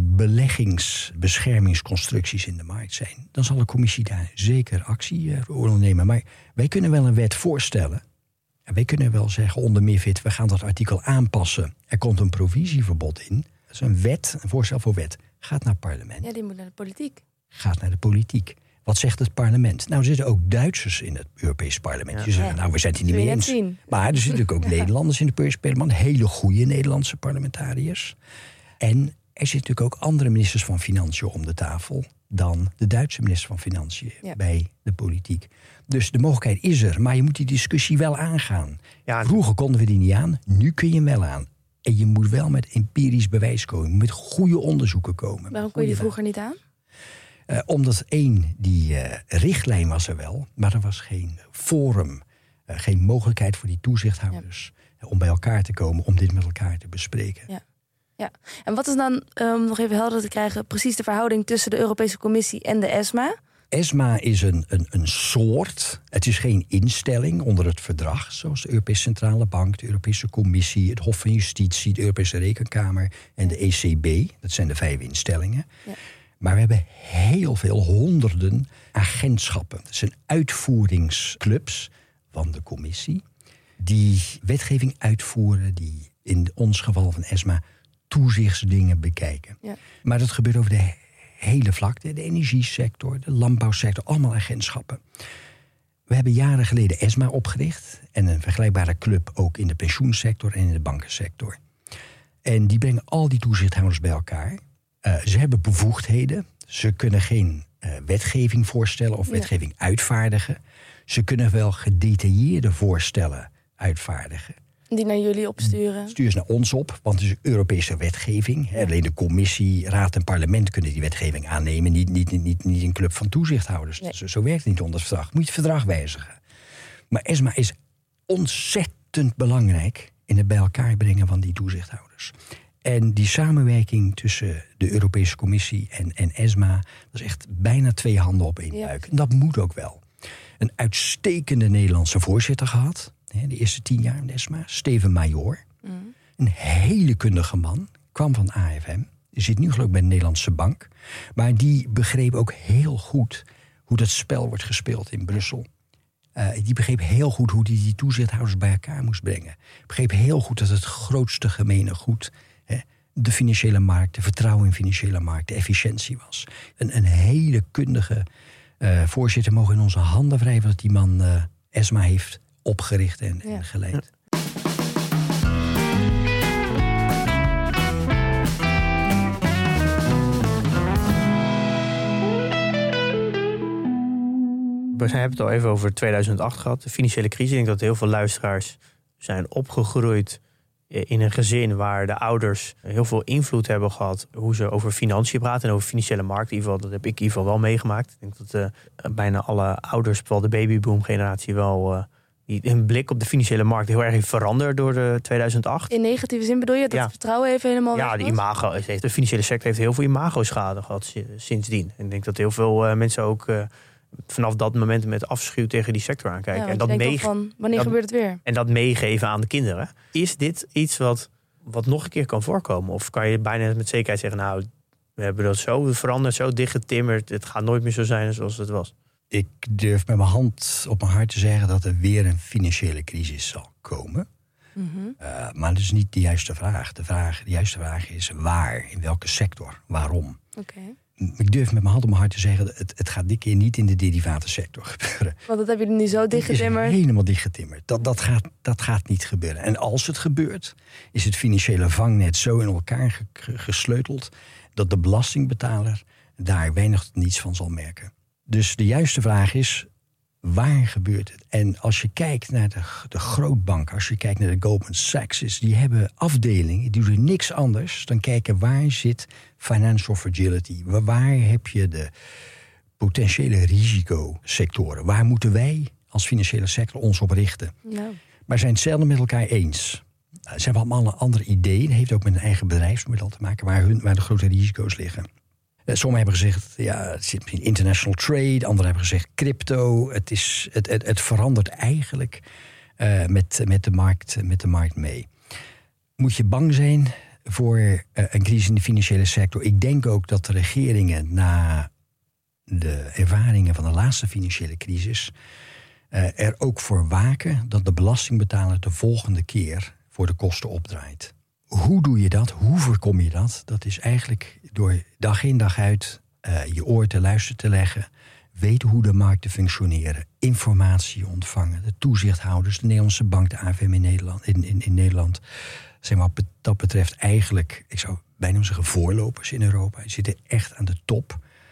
anti-beleggingsbeschermingsconstructies in de markt zijn, dan zal de commissie daar zeker actie uh, voor ondernemen. Maar wij kunnen wel een wet voorstellen. En wij kunnen wel zeggen onder MiFID, we gaan dat artikel aanpassen. Er komt een provisieverbod in. Dat is een wet, een voorstel voor wet. Gaat naar het parlement. Ja, die moet naar de politiek. Gaat naar de politiek. Wat zegt het parlement? Nou, er zitten ook Duitsers in het Europese parlement. Ja. Die zeggen, nou, we zijn het hier niet mee eens. Zien. Maar er zitten natuurlijk ook ja. Nederlanders in het Europese parlement. Hele goede Nederlandse parlementariërs. En er zitten natuurlijk ook andere ministers van Financiën om de tafel. dan de Duitse minister van Financiën Ja. bij de politiek. Dus de mogelijkheid is er, maar je moet die discussie wel aangaan. Ja, Vroeger konden we die niet aan, nu kun je hem wel aan. En je moet wel met empirisch bewijs komen, met goede onderzoeken komen. Waarom kon je die Goede- vroeger niet aan? Uh, omdat één, die uh, richtlijn was er wel, maar er was geen forum, uh, geen mogelijkheid voor die toezichthouders uh, om bij elkaar te komen, om dit met elkaar te bespreken. Ja. Ja. En wat is dan, um, nog even helder te krijgen, precies de verhouding tussen de Europese Commissie en de ESMA? ESMA is een, een, een soort, het is geen instelling onder het verdrag, zoals de Europese Centrale Bank, de Europese Commissie, het Hof van Justitie, de Europese Rekenkamer en de E C B. Dat zijn de vijf instellingen. Ja. Maar we hebben heel veel, honderden agentschappen. Dat zijn uitvoeringsclubs van de Commissie, die wetgeving uitvoeren, die in ons geval van ESMA toezichtsdingen bekijken. Ja. Maar dat gebeurt over de hele vlakte, de energiesector, de landbouwsector, allemaal agentschappen. We hebben jaren geleden ESMA opgericht en een vergelijkbare club ook in de pensioensector en in de bankensector. En die brengen al die toezichthouders bij elkaar. Uh, ze hebben bevoegdheden. Ze kunnen geen uh, wetgeving voorstellen of Ja. wetgeving uitvaardigen. Ze kunnen wel gedetailleerde voorstellen uitvaardigen. Die naar jullie opsturen. Stuur ze naar ons op, want het is Europese wetgeving. Ja. Alleen de commissie, raad en parlement kunnen die wetgeving aannemen. Niet, niet, niet, niet een club van toezichthouders. Nee. Zo, zo werkt het niet onder het verdrag. Moet je het verdrag wijzigen. Maar ESMA is ontzettend belangrijk in het bij elkaar brengen van die toezichthouders. En die samenwerking tussen de Europese Commissie en, en ESMA, dat is echt bijna twee handen op één Ja. buik. En dat moet ook wel. Een uitstekende Nederlandse voorzitter gehad, hè, de eerste tien jaar in ESMA, Steven Major. Mm. Een hele kundige man, kwam van A F M. Die zit nu geloof ik bij de Nederlandse Bank. Maar die begreep ook heel goed hoe dat spel wordt gespeeld in Brussel. Uh, die begreep heel goed hoe die, die toezichthouders bij elkaar moest brengen. Begreep heel goed dat het grootste gemene goed, hè, de financiële markt, de vertrouwen in financiële markt, de efficiëntie was. Een, een hele kundige uh, voorzitter, mogen in onze handen wrijven dat die man uh, ESMA heeft opgericht en, Ja. en geleid. We hebben het al even over tweeduizend acht gehad, de financiële crisis. Ik denk dat heel veel luisteraars zijn opgegroeid in een gezin waar de ouders heel veel invloed hebben gehad hoe ze over financiën praten en over financiële markt. In ieder geval, dat heb ik in ieder geval wel meegemaakt. Ik denk dat uh, bijna alle ouders, vooral de babyboom-generatie, wel uh, die hun blik op de financiële markt heel erg heeft veranderd door de tweeduizend acht. In negatieve zin bedoel je dat Ja. het vertrouwen even helemaal Ja, weg de was? imago heeft, de financiële sector heeft heel veel imago-schade gehad sindsdien. En ik denk dat heel veel uh, mensen ook uh, vanaf dat moment met afschuw tegen die sector aankijken. Ja, en, want dat je denkt meege- dan van, wanneer dat- gebeurt het weer? en dat meegeven aan de kinderen. Is dit iets wat, wat nog een keer kan voorkomen? Of kan je bijna met zekerheid zeggen, nou, we hebben dat zo veranderd, zo dichtgetimmerd. Het gaat nooit meer zo zijn zoals het was. Ik durf met mijn hand op mijn hart te zeggen dat er weer een financiële crisis zal komen. Mm-hmm. Uh, maar dat is niet de juiste vraag. De, vraag. de juiste vraag is waar, in welke sector, waarom. Oké. Ik durf met mijn hand op mijn hart te zeggen, het, het gaat dit keer niet in de derivatensector gebeuren. Want dat hebben jullie nu zo Het is dichtgetimmerd. helemaal dichtgetimmerd. Dat, dat, gaat, dat gaat niet gebeuren. En als het gebeurt, is het financiële vangnet zo in elkaar ge- ge- gesleuteld dat de belastingbetaler daar weinig tot niets van zal merken. Dus de juiste vraag is, waar gebeurt het? En als je kijkt naar de, de grootbanken, als je kijkt naar de Goldman Sachs, die hebben afdelingen, die doen niks anders dan kijken waar zit financial fragility. Waar, waar heb je de potentiële risicosectoren? Waar moeten wij als financiële sector ons op richten? Nou, Maar zijn het zelden met elkaar eens. Uh, ze hebben allemaal een andere idee. Dat heeft ook met een eigen bedrijfsmodel te maken waar, hun, waar de grote risico's liggen. Uh, sommigen hebben gezegd, ja, het zit in international trade. Anderen hebben gezegd crypto. Het, is, het, het, het verandert eigenlijk uh, met, met, de markt, met de markt mee. Moet je bang zijn voor uh, een crisis in de financiële sector? Ik denk ook dat de regeringen na de ervaringen van de laatste financiële crisis Uh, er ook voor waken dat de belastingbetaler de volgende keer voor de kosten opdraait. Hoe doe je dat? Hoe voorkom je dat? Dat is eigenlijk door dag in dag uit uh, je oor te luisteren te leggen, weten hoe de markten functioneren, informatie ontvangen, de toezichthouders, de Nederlandse Bank, de A F M in Nederland, in, in, in Nederland zijn wat dat betreft eigenlijk, ik zou bijna zeggen voorlopers in Europa. Die zitten echt aan de top.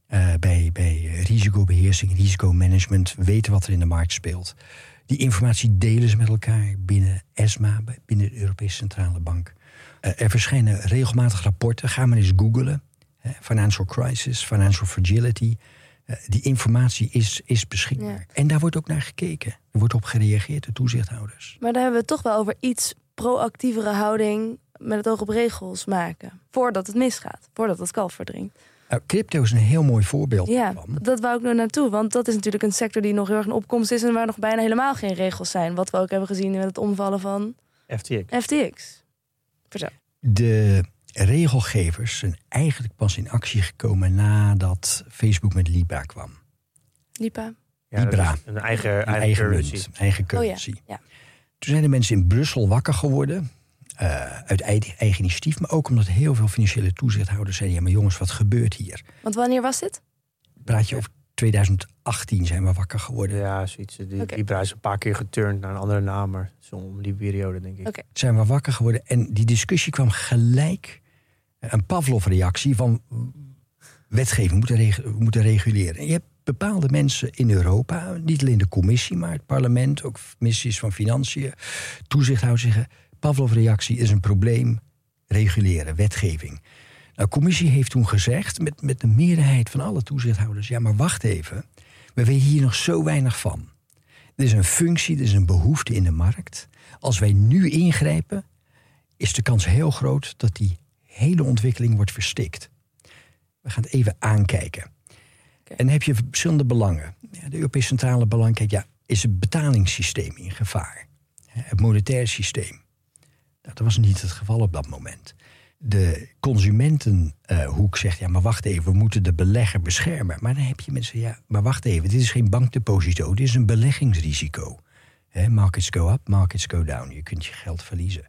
Uh, bij, bij risicobeheersing, risicomanagement, weten wat er in de markt speelt. Die informatie delen ze met elkaar binnen ESMA, binnen de Europese Centrale Bank. Uh, er verschijnen regelmatig rapporten. Ga maar eens googlen. Uh, financial crisis, financial fragility. Uh, die informatie is, is beschikbaar. Ja. En daar wordt ook naar gekeken. Er wordt op gereageerd door toezichthouders. Maar daar hebben we het toch wel over iets proactievere houding met het oog op regels maken. Voordat het misgaat. Voordat het kalf verdrinkt. Uh, crypto is een heel mooi voorbeeld ja, van. Dat wou ik nog naartoe. Want dat is natuurlijk een sector die nog heel erg in opkomst is en waar nog bijna helemaal geen regels zijn. Wat we ook hebben gezien met het omvallen van F T X. F T X. Vertel. De regelgevers zijn eigenlijk pas in actie gekomen nadat Facebook met Libra kwam. Libra? Ja, Libra. Een eigen, een eigen, eigen currency. munt, eigen currency. Oh ja, ja. Toen zijn de mensen in Brussel wakker geworden. Uh, uit eigen, eigen initiatief, maar ook omdat heel veel financiële toezichthouders zeiden: ja, maar jongens, wat gebeurt hier? Want wanneer was dit? Praat je over twintig achttien zijn we wakker geworden. Ja, zoiets. Die, okay. Libra is een paar keer geturnd naar een andere naam, maar zo om die periode, denk ik. Okay. Zijn we wakker geworden en die discussie kwam gelijk, een Pavlov-reactie van wetgeving, we moeten, regu- we moeten reguleren. En je hebt bepaalde mensen in Europa, niet alleen de commissie, maar het parlement, ook missies van financiën, toezichthouders zeggen: Pavlov-reactie is een probleem, reguleren, wetgeving. Nou, de commissie heeft toen gezegd, met, met de meerderheid van alle toezichthouders: ja, maar wacht even, we weten hier nog zo weinig van. Er is een functie, er is een behoefte in de markt. Als wij nu ingrijpen, is de kans heel groot dat die hele ontwikkeling wordt verstikt. We gaan het even aankijken. Okay. En dan heb je verschillende belangen. Ja, de Europese Centrale Bank kijkt, ja, is het betalingssysteem in gevaar? Het monetair systeem. Dat was niet het geval op dat moment. De consumentenhoek uh, zegt, ja, maar wacht even, we moeten de belegger beschermen. Maar dan heb je mensen, ja, maar wacht even, dit is geen bankdeposito, dit is een beleggingsrisico. He, markets go up, markets go down. Je kunt je geld verliezen.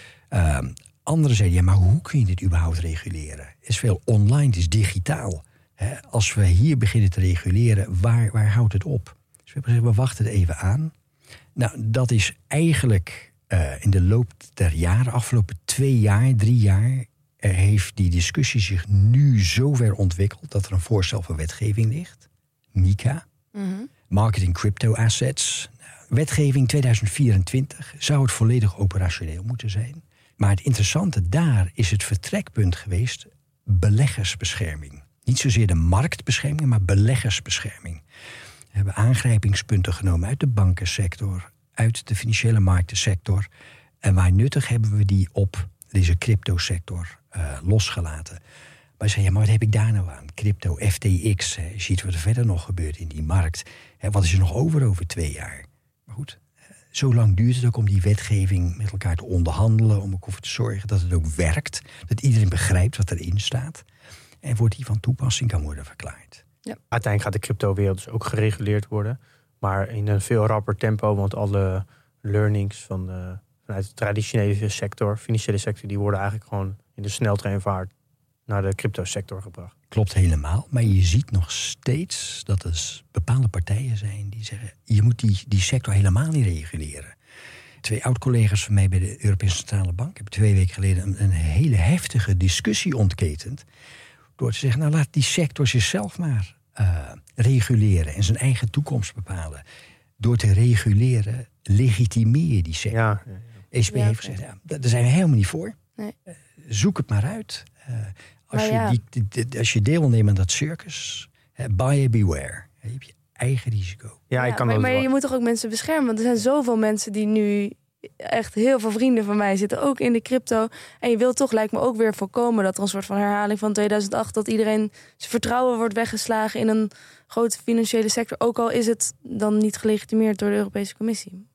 Uh, Anderen zeiden, ja, maar hoe kun je dit überhaupt reguleren? Het is veel online, het is digitaal. He, als we hier beginnen te reguleren, waar, waar houdt het op? Dus we hebben gezegd, we wachten het even aan. Nou, dat is eigenlijk uh, in de loop der jaren, afgelopen twee jaar, drie jaar, er heeft die discussie zich nu zo ver ontwikkeld dat er een voorstel voor wetgeving ligt. MiCA, mm-hmm. Marketing Crypto Assets. Wetgeving tweeduizend vierentwintig zou het volledig operationeel moeten zijn. Maar het interessante daar is het vertrekpunt geweest beleggersbescherming. Niet zozeer de marktbescherming, maar beleggersbescherming. We hebben aangrijpingspunten genomen uit de bankensector, uit de financiële marktensector. En waar nuttig hebben we die op deze cryptosector uh, losgelaten. Maar zei, ja, maar wat heb ik daar nou aan? Crypto, F T X, hè, je ziet wat er verder nog gebeurt in die markt. Hè, wat is er nog over over twee jaar? Maar goed, zo lang duurt het ook om die wetgeving met elkaar te onderhandelen, om ervoor te zorgen dat het ook werkt, dat iedereen begrijpt wat erin staat en wordt die van toepassing kan worden verklaard. Ja. Uiteindelijk gaat de cryptowereld dus ook gereguleerd worden, maar in een veel rapper tempo, want alle learnings van de, vanuit de traditionele sector, financiële sector, die worden eigenlijk gewoon in de sneltreinvaart naar de cryptosector gebracht. Klopt helemaal, maar je ziet nog steeds dat er bepaalde partijen zijn die zeggen, je moet die, die sector helemaal niet reguleren. Twee oud-collega's van mij bij de Europese Centrale Bank hebben twee weken geleden een, een hele heftige discussie ontketend door te zeggen, nou laat die sector zichzelf maar uh, reguleren en zijn eigen toekomst bepalen. Door te reguleren legitimeer je die sector. Ja, ja, ja. E C B ja, heeft gezegd, ja, daar zijn we helemaal niet voor. Nee. Uh, zoek het maar uit. Uh, Als je, ja. die, die, als je deelneemt aan dat circus, hè, buyer beware. Je hebt je eigen risico. Ja, ik kan ja, maar, maar je moet toch ook mensen beschermen? Want er zijn zoveel mensen die nu, echt heel veel vrienden van mij zitten ook in de crypto. En je wilt toch, lijkt me, ook weer voorkomen dat er een soort van herhaling van tweeduizend acht, dat iedereen zijn vertrouwen wordt weggeslagen in een grote financiële sector. Ook al is het dan niet gelegitimeerd door de Europese Commissie.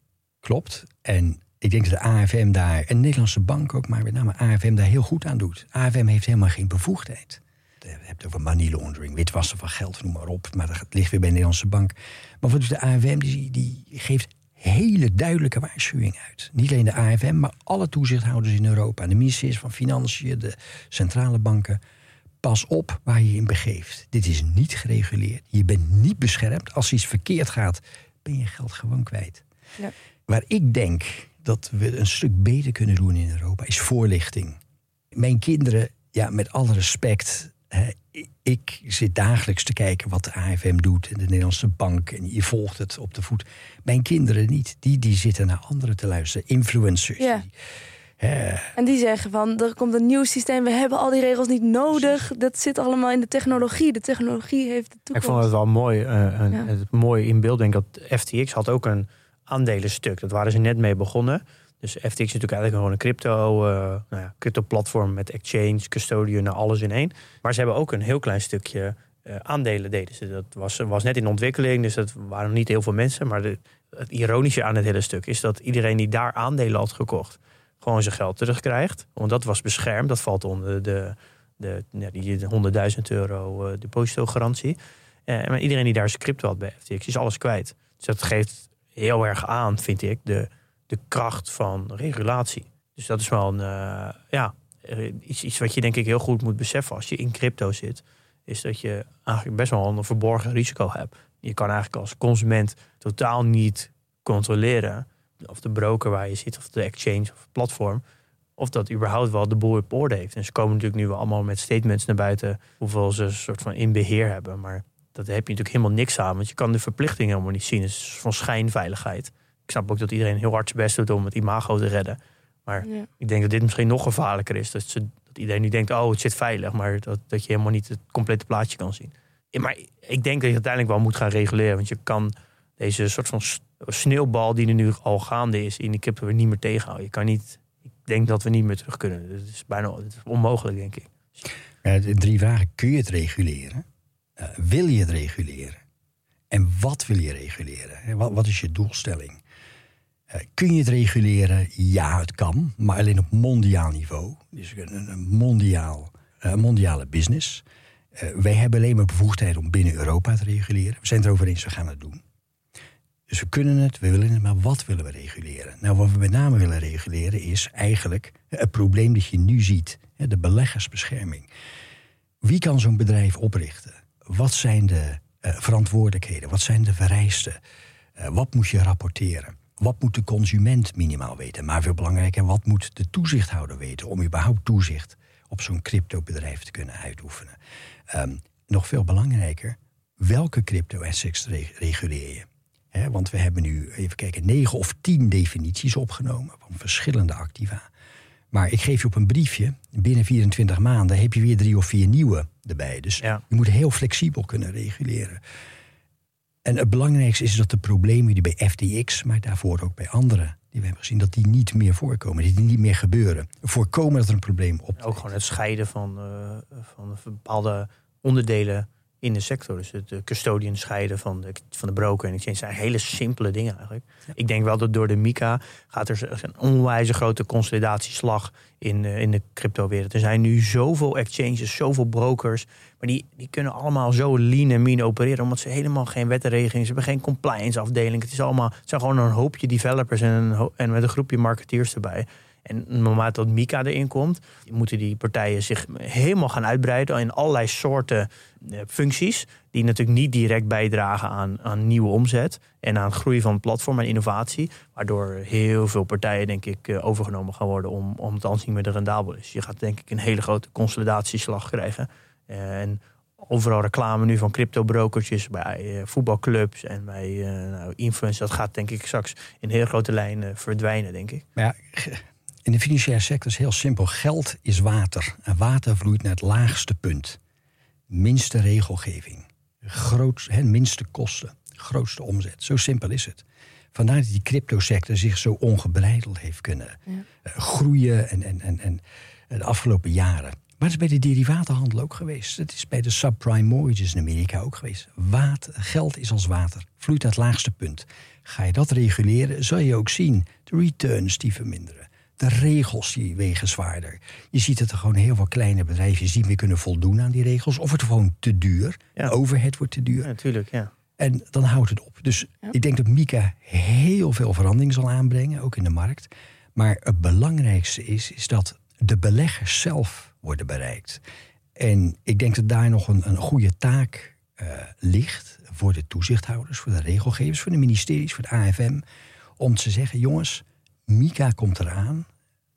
Klopt. En ik denk dat de A F M daar, en de Nederlandse bank ook, maar met name A F M daar heel goed aan doet. A F M heeft helemaal geen bevoegdheid. Je hebt het over money laundering, witwassen van geld, noem maar op. Maar dat ligt weer bij de Nederlandse bank. Maar wat doet de A F M? Die, die geeft hele duidelijke waarschuwingen uit. Niet alleen de A F M, maar alle toezichthouders in Europa. De ministers van Financiën, de centrale banken. Pas op waar je je in begeeft. Dit is niet gereguleerd. Je bent niet beschermd. Als iets verkeerd gaat, ben je geld gewoon kwijt. Ja. Waar ik denk dat we een stuk beter kunnen doen in Europa is voorlichting. Mijn kinderen, ja, met alle respect, Uh, ik zit dagelijks te kijken wat de A F M doet en de Nederlandse Bank. En je volgt het op de voet. Mijn kinderen niet. Die, die zitten naar anderen te luisteren. Influencers. Ja. Die, uh, en die zeggen van, er komt een nieuw systeem. We hebben al die regels niet nodig. Dat zit allemaal in de technologie. De technologie heeft de toekomst. Ik vond het wel mooi. Uh, een, ja. het mooi in beeld. Denk dat F T X had ook een aandelenstuk. Dat waren ze net mee begonnen. Dus F T X is natuurlijk eigenlijk gewoon een crypto, uh, nou ja, crypto-platform met exchange, custodian, alles in één. Maar ze hebben ook een heel klein stukje uh, aandelen deden ze. Dat was, was net in ontwikkeling, dus dat waren nog niet heel veel mensen. Maar de, het ironische aan het hele stuk is dat iedereen die daar aandelen had gekocht, gewoon zijn geld terugkrijgt. Want dat was beschermd, dat valt onder de, de, ja, die honderdduizend euro uh, depositogarantie. Uh, maar iedereen die daar zijn crypto had bij F T X is alles kwijt. Dus dat geeft heel erg aan, vind ik, de... de kracht van regulatie. Dus dat is wel een, uh, ja, iets, iets wat je denk ik heel goed moet beseffen als je in crypto zit. Is dat je eigenlijk best wel een verborgen risico hebt. Je kan eigenlijk als consument totaal niet controleren of de broker waar je zit, of de exchange of het platform, of dat überhaupt wel de boel op orde heeft. En ze komen natuurlijk nu wel allemaal met statements naar buiten hoeveel ze een soort van in beheer hebben. Maar dat heb je natuurlijk helemaal niks aan, want je kan de verplichtingen helemaal niet zien. Het is van schijnveiligheid. Ik snap ook dat iedereen heel hard zijn best doet om het imago te redden. Maar ja. ik denk dat dit misschien nog gevaarlijker is. Dat, ze, dat iedereen nu denkt, oh, het zit veilig. Maar dat, dat je helemaal niet het complete plaatje kan zien. Ja, maar ik denk dat je uiteindelijk wel moet gaan reguleren. Want je kan deze soort van sneeuwbal die er nu al gaande is in die crypto weer niet meer tegenhouden. Je kan niet, ik denk dat we niet meer terug kunnen. Dat is bijna dat is onmogelijk, denk ik. Ja, de drie vragen. Kun je het reguleren? Uh, wil je het reguleren? En wat wil je reguleren? Wat, wat is je doelstelling? Uh, kun je het reguleren? Ja, het kan. Maar alleen op mondiaal niveau. Dus een, een, mondiaal, uh, een mondiale business. Uh, wij hebben alleen maar bevoegdheid om binnen Europa te reguleren. We zijn het erover eens, we gaan het doen. Dus we kunnen het, we willen het, maar wat willen we reguleren? Nou, wat we met name willen reguleren is eigenlijk het probleem dat je nu ziet. De beleggersbescherming. Wie kan zo'n bedrijf oprichten? Wat zijn de uh, verantwoordelijkheden? Wat zijn de vereisten? Uh, wat moet je rapporteren? Wat moet de consument minimaal weten? Maar veel belangrijker, wat moet de toezichthouder weten om überhaupt toezicht op zo'n cryptobedrijf te kunnen uitoefenen? Um, nog veel belangrijker, welke crypto-assets reguleer je? He, want we hebben nu, even kijken, negen of tien definities opgenomen van verschillende activa. Maar ik geef je op een briefje, binnen vierentwintig maanden heb je weer drie of vier nieuwe erbij. Dus ja. je moet heel flexibel kunnen reguleren. En het belangrijkste is dat de problemen die bij F T X, maar daarvoor ook bij anderen die we hebben gezien, dat die niet meer voorkomen, dat die niet meer gebeuren. Voorkomen dat er een probleem optreedt. Ook gewoon het scheiden van, uh, van bepaalde onderdelen in de sector. Dus het custodian scheiden van de, van de broker en exchange zijn hele simpele dingen eigenlijk. Ja. Ik denk wel dat door de MiCA gaat er een onwijze grote consolidatieslag in, uh, in de cryptowereld. Er zijn nu zoveel exchanges, zoveel brokers, maar die, die kunnen allemaal zo lean en mean opereren, omdat ze helemaal geen wet en regelingen, ze hebben geen compliance afdeling. Het is allemaal, het zijn gewoon een hoopje developers en, een, en met een groepje marketeers erbij. En op het moment dat MiCA erin komt, moeten die partijen zich helemaal gaan uitbreiden in allerlei soorten uh, functies, die natuurlijk niet direct bijdragen aan, aan nieuwe omzet en aan groei van het platform en innovatie, waardoor heel veel partijen, denk ik, uh, overgenomen gaan worden om, om het anders niet meer rendabel is. Je gaat, denk ik, een hele grote consolidatieslag krijgen. Uh, en overal reclame nu van cryptobrokertjes bij uh, voetbalclubs en bij uh, nou, influencers. Dat gaat, denk ik, straks in heel grote lijnen verdwijnen, denk ik. Maar ja, in de financiële sector is heel simpel. Geld is water. En water vloeit naar het laagste punt. Minste regelgeving. Groot, he, minste kosten. Grootste omzet. Zo simpel is het. Vandaar dat die cryptosector zich zo ongebreideld heeft kunnen ja. uh, groeien en, en, en, en de afgelopen jaren. Maar het is bij de derivatenhandel ook geweest. Het is bij de subprime mortgages in Amerika ook geweest. Water, geld is als water. Vloeit naar het laagste punt. Ga je dat reguleren, zal je ook zien. De returns die verminderen. De regels die wegen zwaarder. Je ziet dat er gewoon heel veel kleine bedrijfjes niet meer kunnen voldoen aan die regels. Of het gewoon te duur. Ja. De overhead wordt te duur. Ja, natuurlijk, ja. En dan houdt het op. Dus ja. ik denk dat MiCA heel veel verandering zal aanbrengen, ook in de markt. Maar het belangrijkste is, is dat de beleggers zelf worden bereikt. En ik denk dat daar nog een, een goede taak uh, ligt voor de toezichthouders, voor de regelgevers, voor de ministeries, voor de A F M, om te zeggen, jongens, MiCA komt eraan.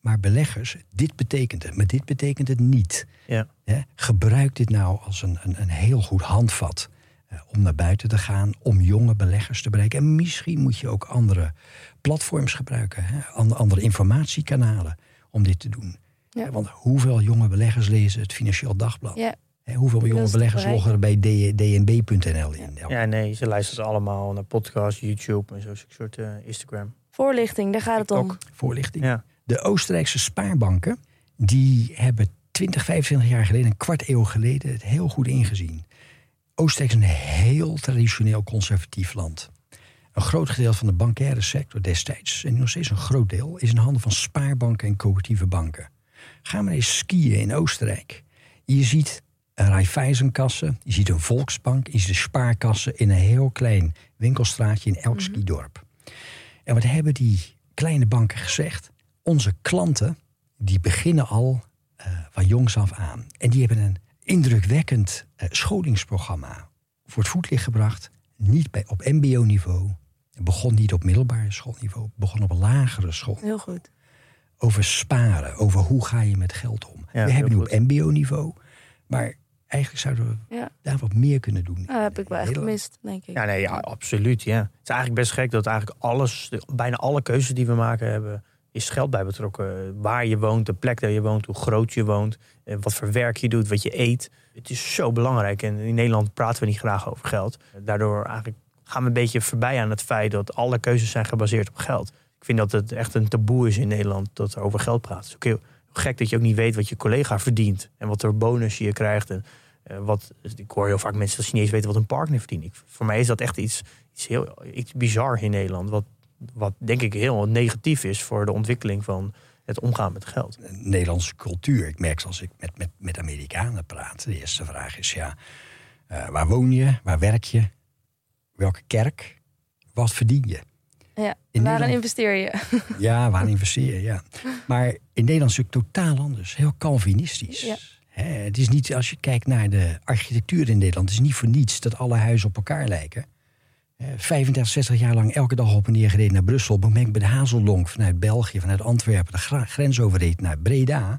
Maar beleggers, dit betekent het, maar dit betekent het niet. Ja. Hè? Gebruik dit nou als een, een, een heel goed handvat uh, om naar buiten te gaan, om jonge beleggers te bereiken. En misschien moet je ook andere platforms gebruiken, hè? andere informatiekanalen om dit te doen. Ja. Ja, want hoeveel jonge beleggers lezen het Financieel Dagblad? Ja. Hè, hoeveel jonge beleggers loggen er bij d n b punt n l in? Ja. ja, nee, ze luisteren allemaal naar podcasts, YouTube en zo'n soort uh, Instagram. Voorlichting, daar gaat het om. Voorlichting. Ja. De Oostenrijkse spaarbanken, die hebben twintig, vijfentwintig jaar geleden, een kwart eeuw geleden, het heel goed ingezien. Oostenrijk is een heel traditioneel conservatief land. Een groot gedeelte van de bankaire sector destijds, en nog steeds een groot deel, is in handen van spaarbanken en coöperatieve banken. Ga maar eens skiën in Oostenrijk. Je ziet een Raiffeisenkasse, je ziet een Volksbank, je ziet een spaarkassen in een heel klein winkelstraatje in elk Mm-hmm. skidorp. En wat hebben die kleine banken gezegd? Onze klanten, die beginnen al uh, van jongs af aan. En die hebben een indrukwekkend uh, scholingsprogramma voor het voetlicht gebracht. Niet bij, op mbo-niveau. Het begon niet op middelbare schoolniveau. Het begon op lagere school. Heel goed. Over sparen, over hoe ga je met geld om. Ja, we hebben nu goed. op mbo-niveau. Maar eigenlijk zouden we Ja. daar wat meer kunnen doen. Ah, heb ik wel echt Nederland. gemist, denk ik. Ja, nee, ja, absoluut. Ja. Het is eigenlijk best gek dat eigenlijk alles, bijna alle keuzes die we maken hebben, is geld bij betrokken. Waar je woont, de plek waar je woont, hoe groot je woont, wat voor werk je doet, wat je eet. Het is zo belangrijk. En in Nederland praten we niet graag over geld. Daardoor eigenlijk gaan we een beetje voorbij aan het feit dat alle keuzes zijn gebaseerd op geld. Ik vind dat het echt een taboe is in Nederland dat er over geld praat. Het is ook heel gek dat je ook niet weet wat je collega verdient en wat voor bonus je krijgt. En uh, wat, ik hoor heel vaak mensen dat ze niet eens weten wat een partner verdient. Ik, voor mij is dat echt iets, iets heel iets bizar in Nederland. Wat, wat denk ik heel negatief is voor de ontwikkeling van het omgaan met geld. Nederlandse cultuur. Ik merk als ik met, met, met Amerikanen praat. De eerste vraag is ja, uh, waar woon je? Waar werk je? Welke kerk? Wat verdien je? Ja, In waarin Nederland- investeer je? Ja, waar investeer je? Ja. Maar in Nederland is het totaal anders. Heel Calvinistisch. Ja. Hè, het is niet, als je kijkt naar de architectuur in Nederland, het is niet voor niets dat alle huizen op elkaar lijken. Eh, vijfendertig, zestig jaar lang elke dag op en neer gereden naar Brussel. Op het moment bij de Hazeldonk vanuit België, vanuit Antwerpen, de gra- grens overreed naar Breda.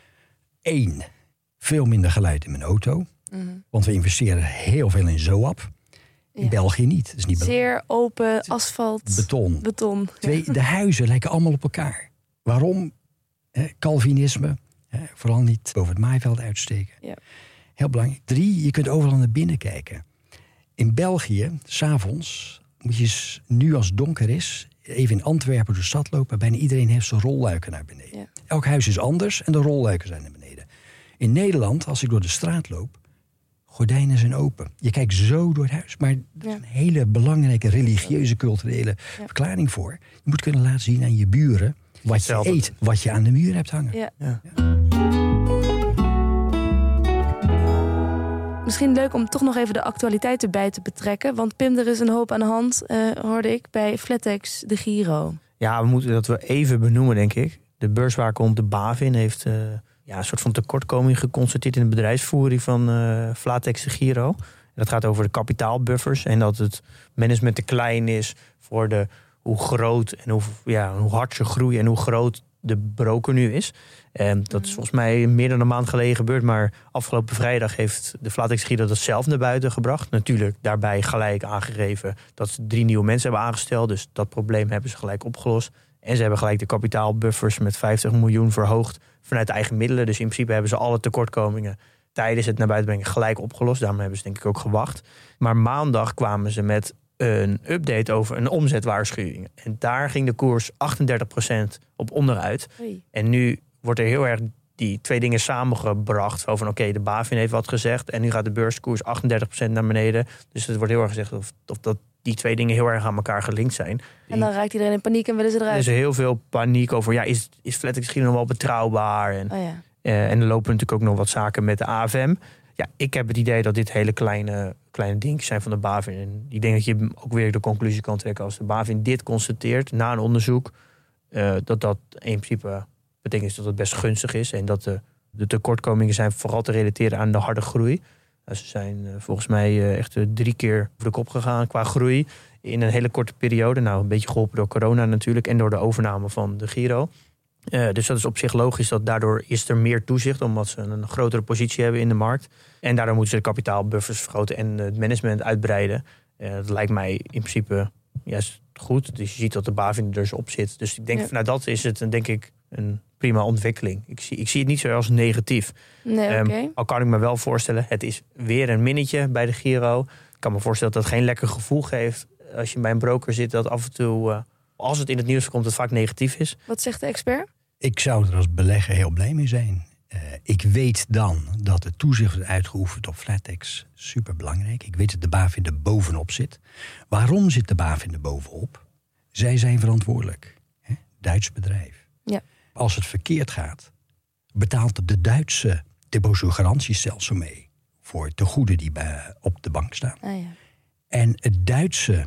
Eén, veel minder geluid in mijn auto. Mhm. Want we investeren heel veel in Zoap. In Ja. België niet. Dat is niet Zeer open, asfalt, beton. beton. Twee, de huizen lijken allemaal op elkaar. Waarom? Eh, Calvinisme. Eh, vooral niet boven het maaiveld uitsteken. Ja. Heel belangrijk. Drie, je kunt overal naar binnen kijken. In België, s'avonds, moet je eens, nu als het donker is, even in Antwerpen door de stad lopen. Bijna iedereen heeft zijn rolluiken naar beneden. Ja. Elk huis is anders en de rolluiken zijn naar beneden. In Nederland, als ik door de straat loop, gordijnen zijn open. Je kijkt zo door het huis. Maar er is Ja. een hele belangrijke religieuze, culturele Ja. verklaring voor. Je moet kunnen laten zien aan je buren wat je Hetzelfde. eet, wat je aan de muur hebt hangen. Ja. Ja. Misschien leuk om toch nog even de actualiteit erbij te betrekken. Want Pim, er is een hoop aan de hand, uh, hoorde ik, bij Flatex de Giro. Ja, we moeten dat we even benoemen, denk ik. De beurswaakhond, de BaFin, heeft uh, ja, een soort van tekortkoming geconstateerd in de bedrijfsvoering van uh, Flatex de Giro. En dat gaat over de kapitaalbuffers en dat het management te klein is voor de, hoe groot en hoe, ja, hoe hard ze groeien en hoe groot de broker nu is. En dat is volgens mij meer dan een maand geleden gebeurd. Maar afgelopen vrijdag heeft de Flatex Giro dat zelf naar buiten gebracht. Natuurlijk daarbij gelijk aangegeven dat ze drie nieuwe mensen hebben aangesteld. Dus dat probleem hebben ze gelijk opgelost. En ze hebben gelijk de kapitaalbuffers met vijftig miljoen verhoogd vanuit eigen middelen. Dus in principe hebben ze alle tekortkomingen tijdens het naar buiten brengen gelijk opgelost. Daarom hebben ze denk ik ook gewacht. Maar maandag kwamen ze met een update over een omzetwaarschuwing. En daar ging de koers achtendertig procent op onderuit. Oei. En nu wordt er heel erg die twee dingen samengebracht. Over oké, okay, de BaFin heeft wat gezegd. En nu gaat de beurskoers achtendertig procent naar beneden. Dus het wordt heel erg gezegd of, of dat die twee dingen heel erg aan elkaar gelinkt zijn. En dan raakt iedereen in paniek en willen ze Er eruit. is heel veel paniek over, ja, is, is Flatex Giro nog wel betrouwbaar? En, Oh ja. uh, en er lopen natuurlijk ook nog wat zaken met de A F M. Ja, ik heb het idee dat dit hele kleine, kleine dingetjes zijn van de BaFin. En ik denk dat je ook weer de conclusie kan trekken als de BaFin dit constateert na een onderzoek. Uh, dat dat in principe betekent dat het best gunstig is. En dat de, de tekortkomingen zijn vooral te relateren aan de harde groei. Uh, ze zijn uh, volgens mij uh, echt uh, drie keer over de kop gegaan qua groei. In een hele korte periode. Nou, een beetje geholpen door corona natuurlijk. En door de overname van de Giro. Uh, dus dat is op zich logisch. Dat daardoor is er meer toezicht. Omdat ze een grotere positie hebben in de markt. En daardoor moeten ze de kapitaalbuffers vergroten. En het management uitbreiden. Uh, dat lijkt mij in principe juist goed. Dus je ziet dat de BaFin er dus op zit. Dus ik denk, ja. nou dat is het denk ik een prima ontwikkeling. Ik zie, ik zie het niet zo als negatief. Nee, um, okay. Al kan ik me wel voorstellen, het is weer een minnetje bij de Giro. Ik kan me voorstellen dat het geen lekker gevoel geeft als je bij een broker zit, dat af en toe, uh, als het in het nieuws komt, het vaak negatief is. Wat zegt de expert? Ik zou er als belegger heel blij mee zijn. Uh, ik weet dan dat het toezicht wordt uitgeoefend op flatex superbelangrijk. Ik weet dat de BaFin er bovenop zit. Waarom zit de BaFin er bovenop? Zij zijn verantwoordelijk. Hè? Duits bedrijf. Ja. Als het verkeerd gaat, betaalt de Duitse depositogarantiestelsel mee voor tegoeden die bij, op de bank staan. Ah, ja. En het Duitse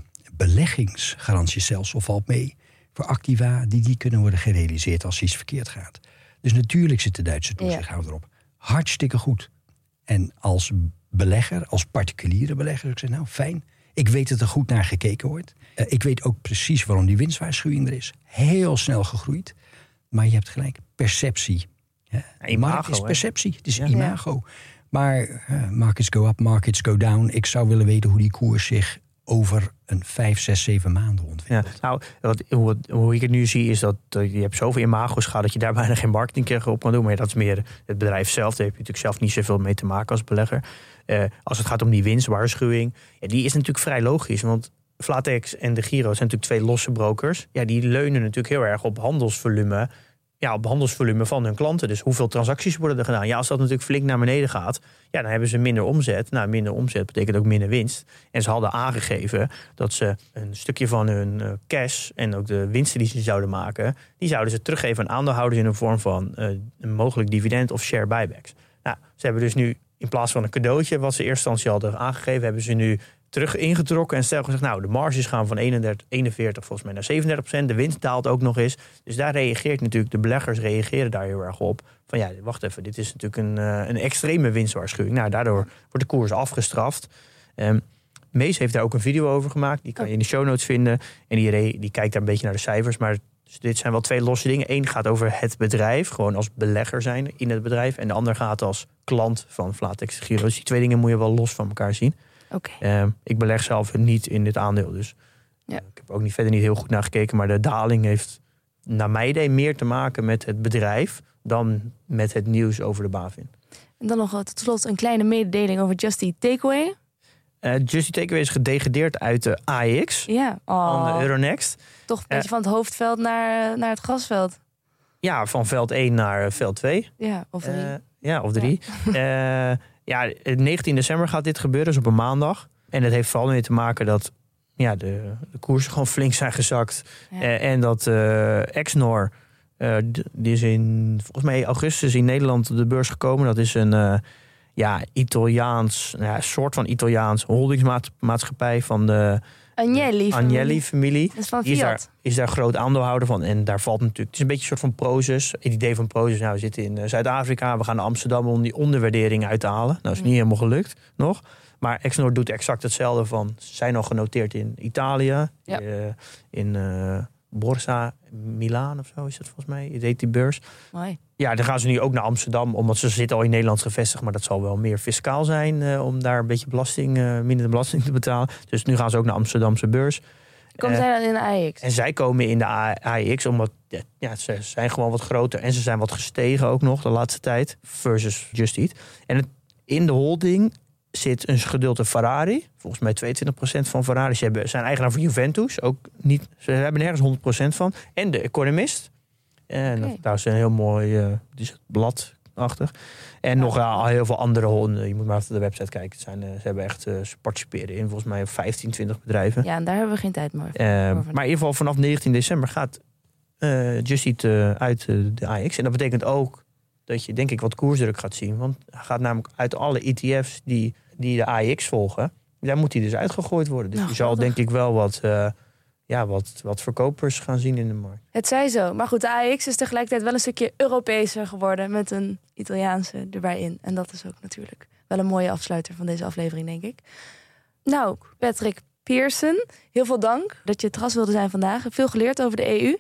beleggingsgarantiestelsel valt mee voor activa die die kunnen worden gerealiseerd als iets verkeerd gaat. Dus natuurlijk zit de Duitse toezichthouder ja. op. Hartstikke goed. En als belegger, als particuliere belegger, ik zeg nou fijn. Ik weet dat er goed naar gekeken wordt. Uh, ik weet ook precies waarom die winstwaarschuwing er is. Heel snel gegroeid. Maar je hebt gelijk, perceptie. Ja, imago, markt is perceptie, hè? het is ja. imago. Maar uh, markets go up, markets go down. Ik zou willen weten hoe die koers zich over een vijf, zes, zeven maanden ontwikkelt. Ja, nou, wat, hoe, hoe ik het nu zie is dat uh, je hebt zoveel imago's gehad dat je daar bijna geen marketing op kan doen. Maar dat is meer het bedrijf zelf. Daar heb je natuurlijk zelf niet zoveel mee te maken als belegger. Uh, als het gaat om die winstwaarschuwing, ja, die is natuurlijk vrij logisch. Want flatex en de Giro zijn natuurlijk twee losse brokers. Ja, die leunen natuurlijk heel erg op handelsvolume. Ja, op handelsvolume van hun klanten. Dus hoeveel transacties worden er gedaan? Ja, als dat natuurlijk flink naar beneden gaat, ja, dan hebben ze minder omzet. Nou, minder omzet betekent ook minder winst. En ze hadden aangegeven dat ze een stukje van hun uh, cash en ook de winsten die ze zouden maken, die zouden ze teruggeven aan aandeelhouders in de vorm van uh, een mogelijk dividend of share buybacks. Nou, ze hebben dus nu in plaats van een cadeautje wat ze in eerste instantie hadden aangegeven, hebben ze nu terug ingetrokken en stel gezegd, nou, de marges gaan van eenendertig, eenenveertig volgens mij naar zevenendertig procent. De winst daalt ook nog eens. Dus daar reageert natuurlijk, de beleggers reageren daar heel erg op. Van ja, wacht even, dit is natuurlijk een, uh, een extreme winstwaarschuwing. Nou, daardoor wordt de koers afgestraft. Um, Mees heeft daar ook een video over gemaakt. Die kan je in de show notes vinden. En die, re- die kijkt daar een beetje naar de cijfers. Maar dus dit zijn wel twee losse dingen. Eén gaat over het bedrijf, gewoon als belegger zijn in het bedrijf. En de ander gaat als klant van flatex Giro. Dus die twee dingen moet je wel los van elkaar zien. Okay. Uh, ik beleg zelf niet in dit aandeel, dus ja. uh, ik heb ook niet, verder niet heel goed naar gekeken. Maar de daling heeft naar mijn idee meer te maken met het bedrijf dan met het nieuws over de BaFin. En dan nog tot slot een kleine mededeling over Just Eat Takeaway. Uh, Just Eat Takeaway is gedegradeerd uit de A E X ja. oh. van de Euronext. Toch een beetje uh, van het hoofdveld naar, naar het grasveld. Ja, van veld één naar veld twee. Ja, of drie. Uh, ja, of drie. Ja. uh, Ja, negentien december gaat dit gebeuren, dus op een maandag. En het heeft vooral mee te maken dat ja, de, de koersen gewoon flink zijn gezakt. Ja. Uh, en dat uh, Exnor, uh, die is in volgens mij augustus in Nederland op de beurs gekomen. Dat is een uh, ja, Italiaans, ja, soort van Italiaans holdingsmaatschappij van de Agnelli-familie. Dat is van Fiat. Die is daar, is daar groot aandeelhouder van. En daar valt natuurlijk, het is een beetje een soort van Prosus. Het idee van Prosus, nou, we zitten in uh, Zuid-Afrika, we gaan naar Amsterdam om die onderwaardering uit te halen. Nou, dat is niet helemaal gelukt nog. Maar Exnor doet exact hetzelfde van, ze zijn al genoteerd in Italië, ja. uh, in uh, Borsa Milaan of zo is dat volgens mij. Het heet die beurs. Mooi. Ja, dan gaan ze nu ook naar Amsterdam, omdat ze zitten al in Nederland gevestigd, maar dat zal wel meer fiscaal zijn uh, om daar een beetje belasting, uh, minder belasting te betalen. Dus nu gaan ze ook naar Amsterdamse beurs. Komen uh, zij dan in de A E X? En zij komen in de A E X, omdat ja, ze zijn gewoon wat groter en ze zijn wat gestegen ook nog de laatste tijd versus Just Eat. En het, in de holding zit een gedeelte Ferrari. Volgens mij tweeëntwintig procent van Ferrari. Ze hebben, zijn eigenaar van Juventus. Ook niet, ze hebben nergens honderd procent van. En de Economist. En okay. Daar is een heel mooi uh, is bladachtig. En ja. nog uh, heel veel andere honden. Je moet maar even de website kijken. Het zijn, uh, ze hebben echt, uh, ze participeren in volgens mij vijftien, twintig bedrijven. Ja, en daar hebben we geen tijd meer voor. Uh, maar in ieder geval vanaf negentien december gaat uh, Just Eat uh, uit uh, de A E X. En dat betekent ook dat je denk ik wat koersdruk gaat zien. Want hij gaat namelijk uit alle E T F's die, die de A E X volgen. Daar moet hij dus uitgegooid worden. Dus nou, je zal denk ik wel wat... Uh, Ja, wat, wat verkopers gaan zien in de markt. Het zij zo. Maar goed, de A E X is tegelijkertijd wel een stukje Europeeser geworden met een Italiaanse erbij in. En dat is ook natuurlijk wel een mooie afsluiter van deze aflevering, denk ik. Nou, Patrick Pearson, heel veel dank dat je het gast wilde zijn vandaag. Veel geleerd over de E U.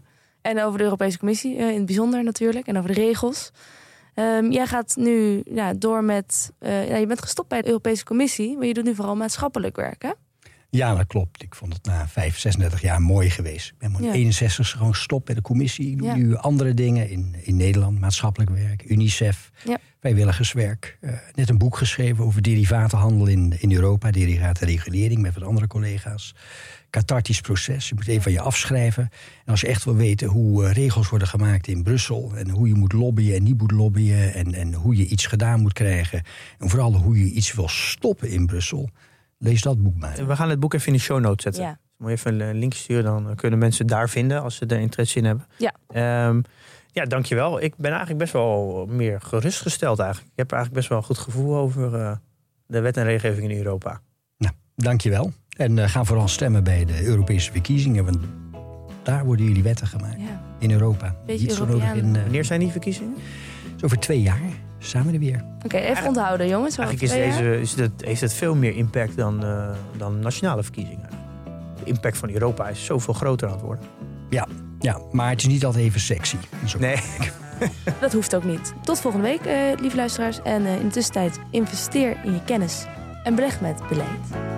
En over de Europese Commissie uh, in het bijzonder natuurlijk. En over de regels. Um, jij gaat nu ja, door met... Uh, ja, je bent gestopt bij de Europese Commissie. Maar je doet nu vooral maatschappelijk werk, hè? Ja, dat klopt. Ik vond het na vijf, zesendertig jaar mooi geweest. Ik ben maar Ja. eenenzestig gewoon gestopt bij de commissie. Ik doe Ja. nu andere dingen in, in Nederland. Maatschappelijk werk, UNICEF, Ja. vrijwilligerswerk. Uh, net een boek geschreven over derivatenhandel in, in Europa. Derivatenregulering met wat andere collega's. Cathartisch proces. Je moet even van je afschrijven. En als je echt wil weten hoe uh, regels worden gemaakt in Brussel... en hoe je moet lobbyen en niet moet lobbyen... En, en hoe je iets gedaan moet krijgen... en vooral hoe je iets wil stoppen in Brussel... lees dat boek maar. We gaan het boek even in de show notes zetten. Ja. Moet je even een linkje sturen, dan kunnen mensen daar vinden... als ze er interesse in hebben. Ja. Um, ja, dankjewel. Ik ben eigenlijk best wel meer gerustgesteld eigenlijk. Ik heb er eigenlijk best wel een goed gevoel over uh, de wet en regelgeving in Europa. Nou, dankjewel. En uh, ga vooral stemmen bij de Europese verkiezingen. Want daar worden jullie wetten gemaakt. Ja. In Europa. Beetje Niet zo nodig Europeaan. in, uh, Wanneer zijn die verkiezingen? zo over twee jaar zijn we er weer. Oké, okay, even onthouden, jongens. Eigenlijk is deze, is het, heeft het veel meer impact dan, uh, dan nationale verkiezingen. De impact van Europa is zoveel groter aan het worden. Ja, ja, maar het is niet altijd even sexy. Zo. Nee. Dat hoeft ook niet. Tot volgende week, uh, lieve luisteraars. En uh, in de tussentijd investeer in je kennis en beleg met beleid.